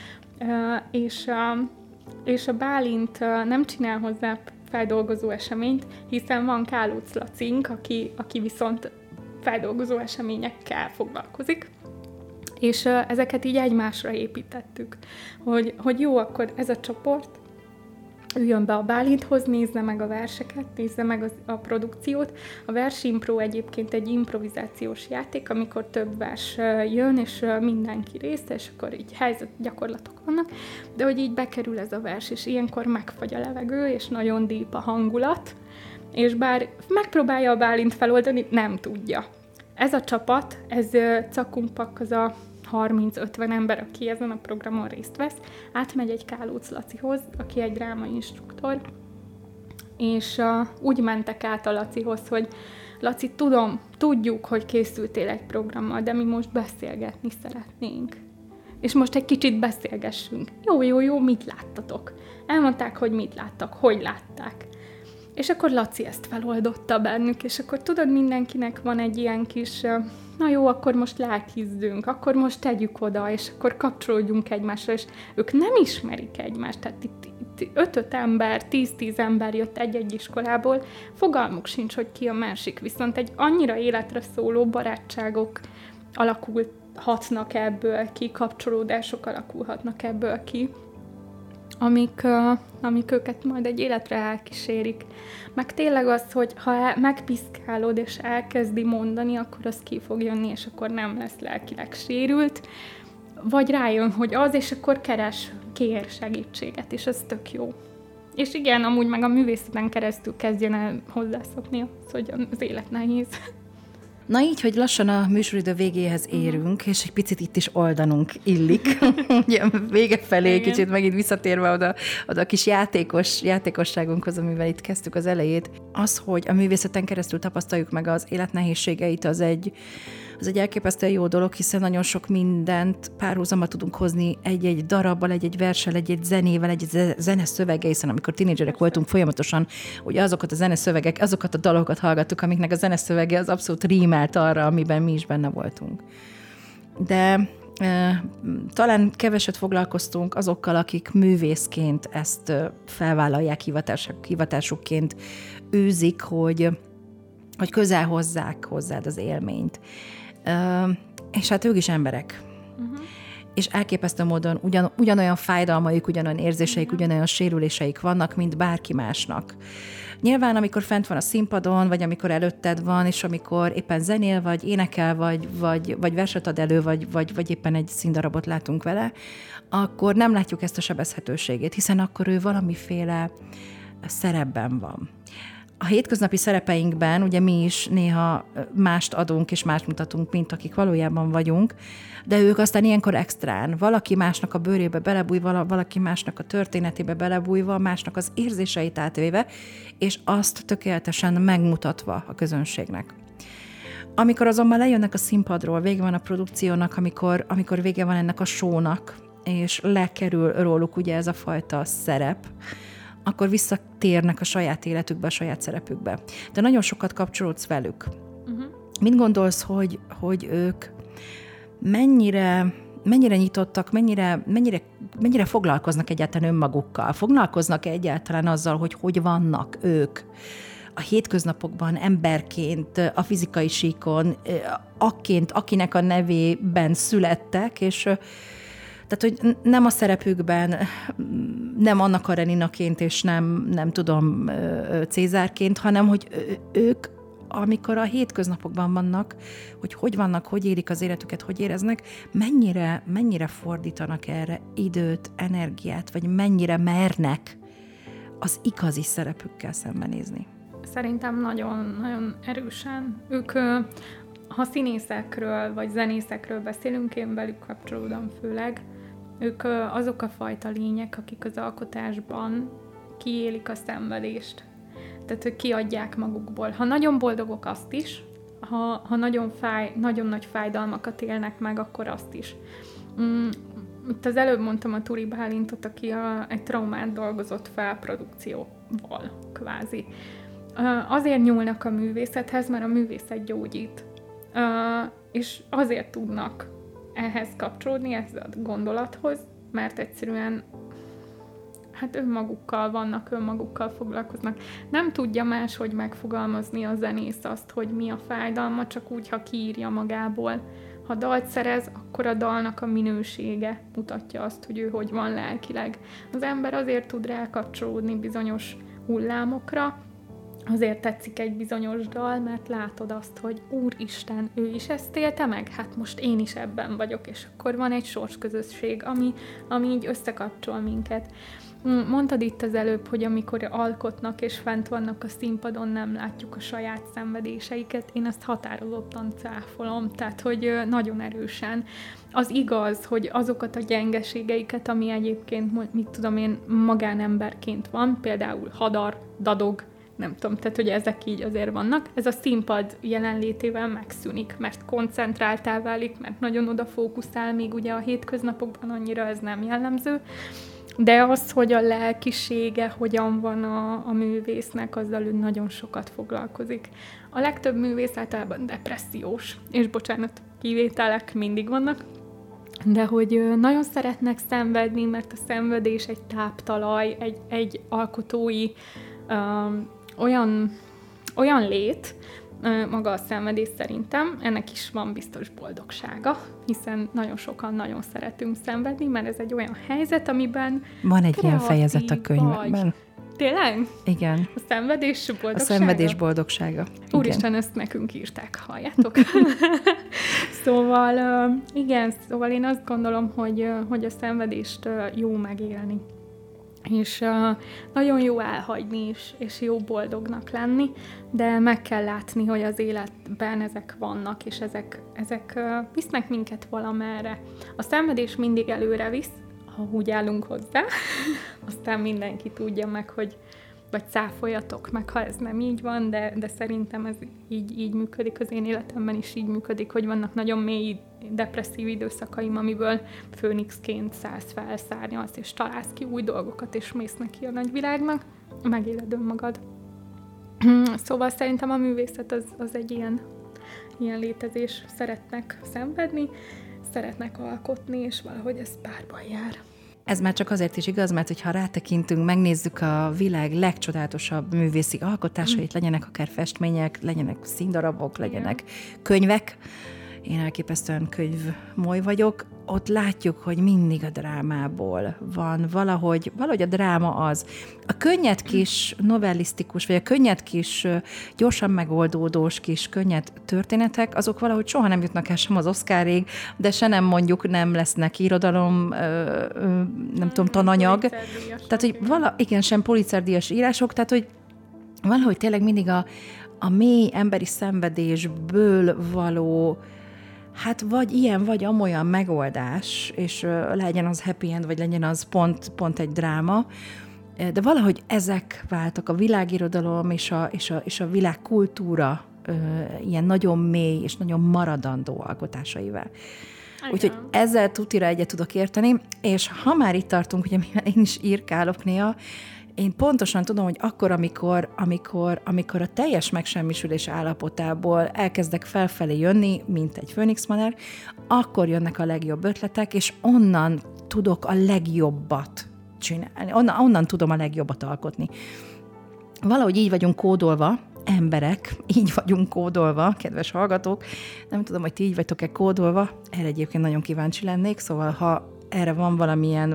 És a Bálint nem csinál hozzá feldolgozó eseményt, hiszen van Kálóc Lacink, aki viszont feldolgozó eseményekkel foglalkozik, és ezeket így egymásra építettük, hogy jó, akkor ez a csoport üljön be a Bálinthoz, nézze meg a verseket, nézze meg a produkciót. A Versimpro egyébként egy improvizációs játék, amikor több vers jön, és mindenki részt, és akkor így helyzetgyakorlatok vannak, de hogy így bekerül ez a vers, és ilyenkor megfagy a levegő, és nagyon deep a hangulat, és bár megpróbálja a Bálint feloldani, nem tudja. Ez a csapat, ez Cakunkpak, az a 30-50 ember, aki ezen a programon részt vesz, átmegy egy Kálóc Lacihoz, aki egy drámainstruktor, és úgy mentek át a Lacihoz, hogy Laci, tudjuk, hogy készültél egy programmal, de mi most beszélgetni szeretnénk. És most egy kicsit beszélgessünk. Jó, mit láttatok? Elmondták, hogy mit láttak, hogy látták. És akkor Laci ezt feloldotta bennük, és akkor tudod, mindenkinek van egy ilyen kis, na jó, akkor most lelkizzünk, akkor most tegyük oda, és akkor kapcsolódjunk egymásra, és ők nem ismerik egymást, tehát itt 5 ember, 10 ember jött egy-egy iskolából, fogalmuk sincs, hogy ki a másik, viszont egy annyira életre szóló barátságok alakulhatnak ebből ki, kapcsolódások alakulhatnak ebből ki, amik őket majd egy életre elkísérik. Meg tényleg az, hogy ha megpiszkálod és elkezdi mondani, akkor az ki fog jönni, és akkor nem lesz lelkileg sérült, vagy rájön, hogy az, és akkor kér segítséget, és ez tök jó. És igen, amúgy meg a művészeten keresztül kezdjen el hozzászokni az, hogy az élet nehéz. Na így, hogy lassan a műsoridő végéhez érünk, és egy picit itt is oldanunk illik. Ugye vége felé igen. Kicsit megint visszatérve oda a kis játékosságunkhoz, amivel itt kezdtük az elejét. Az, hogy a művészeten keresztül tapasztaljuk meg az élet nehézségeit, az egy elképesztően jó dolog, hiszen nagyon sok mindent párhuzamba tudunk hozni egy-egy darabbal, egy-egy verssel, egy-egy zenével, egy zeneszöveggel, hiszen amikor tínédzserek voltunk, folyamatosan ugye azokat a zeneszövegek, azokat a dalokat hallgattuk, amiknek a zeneszövege az abszolút rímelt arra, amiben mi is benne voltunk. De talán keveset foglalkoztunk azokkal, akik művészként ezt felvállalják, hivatásukként űzik, hogy közel hozzák hozzád az élményt. És hát ők is emberek. És elképesztő módon ugyanolyan fájdalmaik, ugyanolyan érzéseik, ugyanolyan sérüléseik vannak, mint bárki másnak. Nyilván, amikor fent van a színpadon, vagy amikor előtted van, és amikor éppen zenél, vagy énekel, vagy verset ad elő, vagy éppen egy színdarabot látunk vele, akkor nem látjuk ezt a sebezhetőségét, hiszen akkor ő valamiféle szerepben van. A hétköznapi szerepeinkben ugye mi is néha mást adunk és mást mutatunk, mint akik valójában vagyunk, de ők aztán ilyenkor extrán, valaki másnak a bőrébe belebújva, valaki másnak a történetébe belebújva, másnak az érzéseit átvéve, és azt tökéletesen megmutatva a közönségnek. Amikor azonban lejönnek a színpadról, vége van a produkciónak, amikor vége van ennek a show-nak, és lekerül róluk ugye ez a fajta szerep, akkor visszatérnek a saját életükbe, a saját szerepükbe. De nagyon sokat kapcsolódsz velük. Mit gondolsz, hogy ők mennyire nyitottak, mennyire foglalkoznak egyáltalán önmagukkal? Foglalkoznak egyáltalán azzal, hogy vannak ők a hétköznapokban, emberként, a fizikai síkon, akinek a nevében születtek, és tehát, hogy nem a szerepükben, nem Anna Kareninaként, és nem tudom, Cézárként, hanem, hogy ők, amikor a hétköznapokban vannak, hogy vannak, hogy élik az életüket, hogy éreznek, mennyire fordítanak erre időt, energiát, vagy mennyire mernek az igazi szerepükkel szembenézni. Szerintem nagyon, nagyon erősen. Ők, ha színészekről vagy zenészekről beszélünk, én velük kapcsolódom főleg, ők azok a fajta lények, akik az alkotásban kiélik a szenvedést. Tehát, hogy kiadják magukból. Ha nagyon boldogok, azt is, ha nagyon nagy fájdalmakat élnek meg, akkor azt is. Itt az előbb mondtam a Turi Bálintot, aki egy traumát dolgozott fel produkcióval, kvázi. Azért nyúlnak a művészethez, mert a művészet gyógyít. És azért tudnak ehhez kapcsolódni, ehhez a gondolathoz, mert egyszerűen önmagukkal vannak, önmagukkal foglalkoznak. Nem tudja máshogy megfogalmazni a zenész azt, hogy mi a fájdalma, csak úgy, ha kiírja magából. Ha dalt szerez, akkor a dalnak a minősége mutatja azt, hogy ő hogy van lelkileg. Az ember azért tud rákapcsolódni bizonyos hullámokra, azért tetszik egy bizonyos dal, mert látod azt, hogy Úristen, ő is ezt élte meg? Hát most én is ebben vagyok, és akkor van egy sorsközösség, ami így összekapcsol minket. Mondtad itt az előbb, hogy amikor alkotnak és fent vannak a színpadon, nem látjuk a saját szenvedéseiket. Én ezt határozottan cáfolom, tehát hogy nagyon erősen. Az igaz, hogy azokat a gyengeségeiket, ami egyébként, mit tudom én, magánemberként van, például hadar, dadog, nem tudom, tehát hogy ezek így azért vannak. Ez a színpad jelenlétével megszűnik, mert koncentráltá válik, mert nagyon odafókuszál, még ugye a hétköznapokban annyira ez nem jellemző. De az, hogy a lelkisége hogyan van a művésznek, azzal ő nagyon sokat foglalkozik. A legtöbb művész általában depressziós, és bocsánat, kivételek mindig vannak, de hogy nagyon szeretnek szenvedni, mert a szenvedés egy táptalaj, egy alkotói olyan lét, maga a szenvedés szerintem, ennek is van biztos boldogsága, hiszen nagyon sokan nagyon szeretünk szenvedni, mert ez egy olyan helyzet, amiben van egy ilyen fejezet a könyvben. Vagy. Tényleg? Igen. A szenvedés boldogsága? A szenvedés boldogsága. Úristen, ezt nekünk írták, halljátok? Szóval én azt gondolom, hogy a szenvedést jó megélni. És nagyon jó elhagyni is, és jó boldognak lenni, de meg kell látni, hogy az életben ezek vannak, és ezek visznek minket valamerre. A szenvedés mindig előre visz, ha úgy állunk hozzá, aztán mindenki tudja meg, hogy vagy cáfoljatok meg, ha ez nem így van, de szerintem ez így működik, az én életemben is így működik, hogy vannak nagyon mély depresszív időszakaim, amiből főnixként szállsz fel, szárnyalsz, és találsz ki új dolgokat, és mész neki a nagyvilágnak, megéled önmagad. Szóval szerintem a művészet az egy ilyen létezés. Szeretnek szenvedni, szeretnek alkotni, és valahogy ez párban jár. Ez már csak azért is igaz, mert hogyha rátekintünk, megnézzük a világ legcsodálatosabb művészi alkotásait, legyenek akár festmények, legyenek színdarabok, legyenek könyvek. Én elképesztően könyvmoly vagyok. Ott látjuk, hogy mindig a drámából van valahogy a dráma az. A könnyed kis novellisztikus, vagy a könnyed kis gyorsan megoldódós kis könnyed történetek, azok valahogy soha nem jutnak el sem az Oscarig, de se nem mondjuk nem lesznek irodalom, nem tudom, tananyag. Tehát, hogy igen, sem Pulitzer-díjas írások, tehát, hogy valahogy tényleg mindig a mély emberi szenvedésből való, hát vagy ilyen, vagy amolyan megoldás, és legyen az happy end, vagy legyen az pont egy dráma, de valahogy ezek váltak a világirodalom és a világkultúra ilyen nagyon mély és nagyon maradandó alkotásaival. Úgyhogy ezzel tutira egyet tudok érteni, és ha már itt tartunk, ugye én is írkálok néha, én pontosan tudom, hogy akkor, amikor a teljes megsemmisülés állapotából elkezdek felfelé jönni, mint egy főnixmadár, akkor jönnek a legjobb ötletek, és onnan tudok a legjobbat csinálni, onnan tudom a legjobbat alkotni. Valahogy így vagyunk kódolva, emberek, így vagyunk kódolva, kedves hallgatók, nem tudom, hogy ti így vagytok-e kódolva, erre egyébként nagyon kíváncsi lennék, szóval ha erre van valamilyen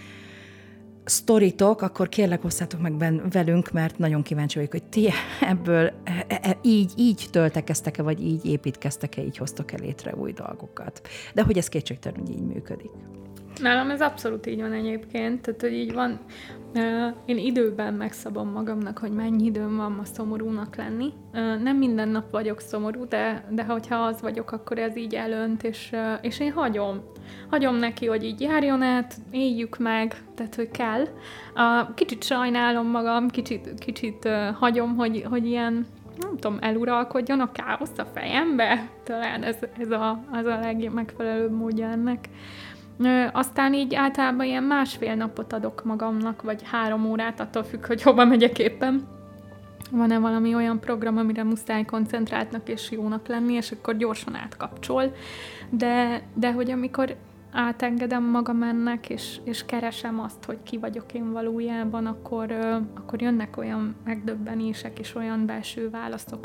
sztoritok, akkor kérlek, osszátok meg velünk, mert nagyon kíváncsi vagyok, hogy ti ebből így töltekeztek-e, vagy így építkeztek-e, így hoztok-e létre új dolgokat. De hogy ez kétségtelen, hogy így működik. Nálam ez abszolút így van egyébként, tehát hogy így van, én időben megszabom magamnak, hogy mennyi időm van ma szomorúnak lenni. Nem minden nap vagyok szomorú, de hogyha az vagyok, akkor ez így elönt, és én hagyom neki, hogy így járjon át, éljük meg, tehát hogy kell. Kicsit sajnálom magam, kicsit hagyom, hogy ilyen nem tudom, eluralkodjon a káosz a fejembe. Talán az a legmegfelelőbb módja ennek. Aztán így általában ilyen 1,5 napot adok magamnak, vagy 3 órát, attól függ, hogy hova megyek éppen. Van-e valami olyan program, amire muszáj koncentráltnak és jónak lenni, és akkor gyorsan átkapcsol. De hogy amikor átengedem magam ennek, és keresem azt, hogy ki vagyok én valójában, akkor jönnek olyan megdöbbenések és olyan belső válaszok,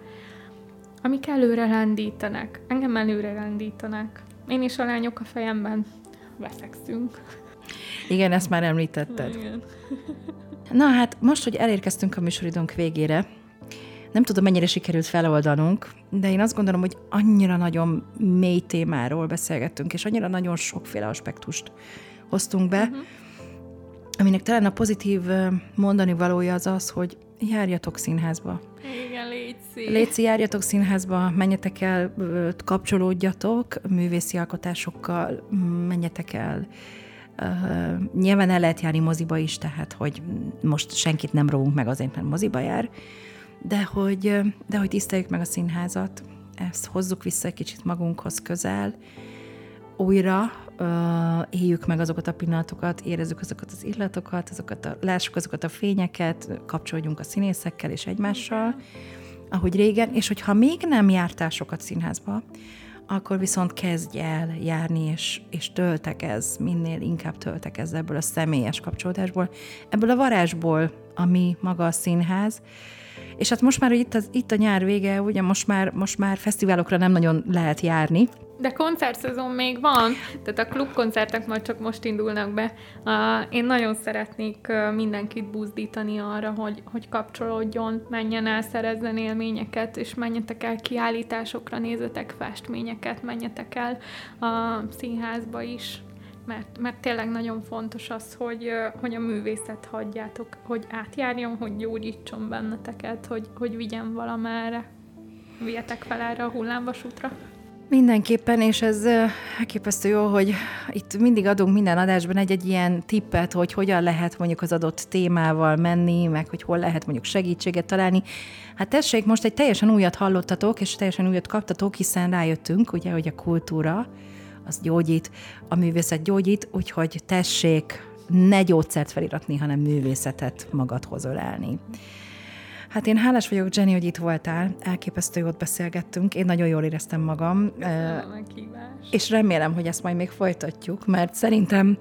amik előre lendítenek. Engem előre lendítenek. Én és a lányok a fejemben veszekszünk. Igen, ezt már említetted. Igen. Na hát, most, hogy elérkeztünk a műsoridőnk végére, nem tudom, mennyire sikerült feloldanunk, de én azt gondolom, hogy annyira nagyon mély témáról beszélgettünk, és annyira nagyon sokféle aspektust hoztunk be, aminek talán a pozitív mondani valója az, hogy járjatok színházba. Igen, Léci, járjatok színházba, menjetek el, kapcsolódjatok művészi alkotásokkal, menjetek el. Nyilván el lehet járni moziba is, tehát hogy most senkit nem róvunk meg azért, mert moziba jár, de hogy tiszteljük meg a színházat, ezt hozzuk vissza egy kicsit magunkhoz közel, újra éljük meg azokat a pillanatokat, érezzük azokat az illatokat, lássuk azokat a fényeket, kapcsolódjunk a színészekkel és egymással, ahogy régen, és hogyha még nem jártál sokat színházba, akkor viszont kezdj el járni, és töltekezz, minél inkább töltekezz ebből a személyes kapcsolódásból, ebből a varázsból, ami maga a színház. És hát most már, hogy itt a nyár vége, ugye most már fesztiválokra nem nagyon lehet járni. De koncertszezon még van, tehát a klubkoncertek majd csak most indulnak be. Én nagyon szeretnék mindenkit buzdítani arra, hogy kapcsolódjon, menjen el, szerezzen élményeket, és menjetek el kiállításokra, nézzetek festményeket, menjetek el a színházba is. Mert tényleg nagyon fontos az, hogy a művészet hagyjátok, hogy átjárjon, hogy gyógyítson benneteket, hogy vigyen valamerre. Vigyetek fel erre a hullámvasútra. Mindenképpen, és ez elképesztő jó, hogy itt mindig adunk minden adásban egy ilyen tippet, hogy hogyan lehet mondjuk az adott témával menni, meg hogy hol lehet mondjuk segítséget találni. Hát tessék, most egy teljesen újat hallottatok, és teljesen újat kaptatok, hiszen rájöttünk, ugye, hogy a kultúra az gyógyít, a művészet gyógyít, úgyhogy tessék ne gyógyszert feliratni, hanem művészetet magadhoz ölelni. Hát én hálás vagyok, Jenny, hogy itt voltál, elképesztő jót beszélgettünk, én nagyon jól éreztem magam. És remélem, hogy ezt majd még folytatjuk, mert szerintem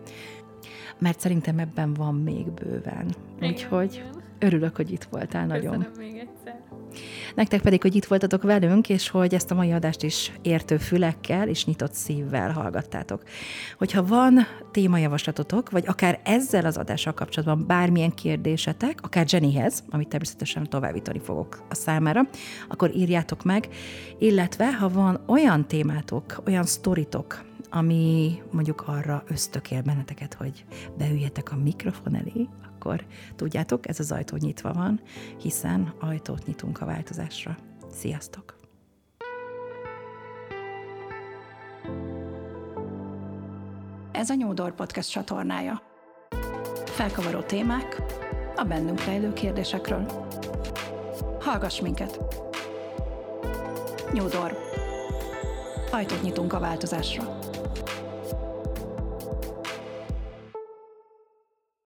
ebben van még bőven. Úgyhogy örülök, hogy itt voltál nagyon. Köszönöm még egyszer. Nektek pedig, hogy itt voltatok velünk, és hogy ezt a mai adást is értő fülekkel és nyitott szívvel hallgattátok. Hogyha van témajavaslatotok, vagy akár ezzel az adással kapcsolatban bármilyen kérdésetek, akár Jennyhez, amit természetesen továbbítani fogok a számára, akkor írjátok meg, illetve ha van olyan témátok, olyan sztoritok, ami mondjuk arra ösztökél benneteket, hogy beüljetek a mikrofon elé, akkor tudjátok, ez az ajtó nyitva van, hiszen ajtót nyitunk a változásra. Sziasztok! Ez a New Door Podcast csatornája. Felkavaró témák a bennünk rejlő kérdésekről. Hallgass minket! New Door. Ajtót nyitunk a változásra.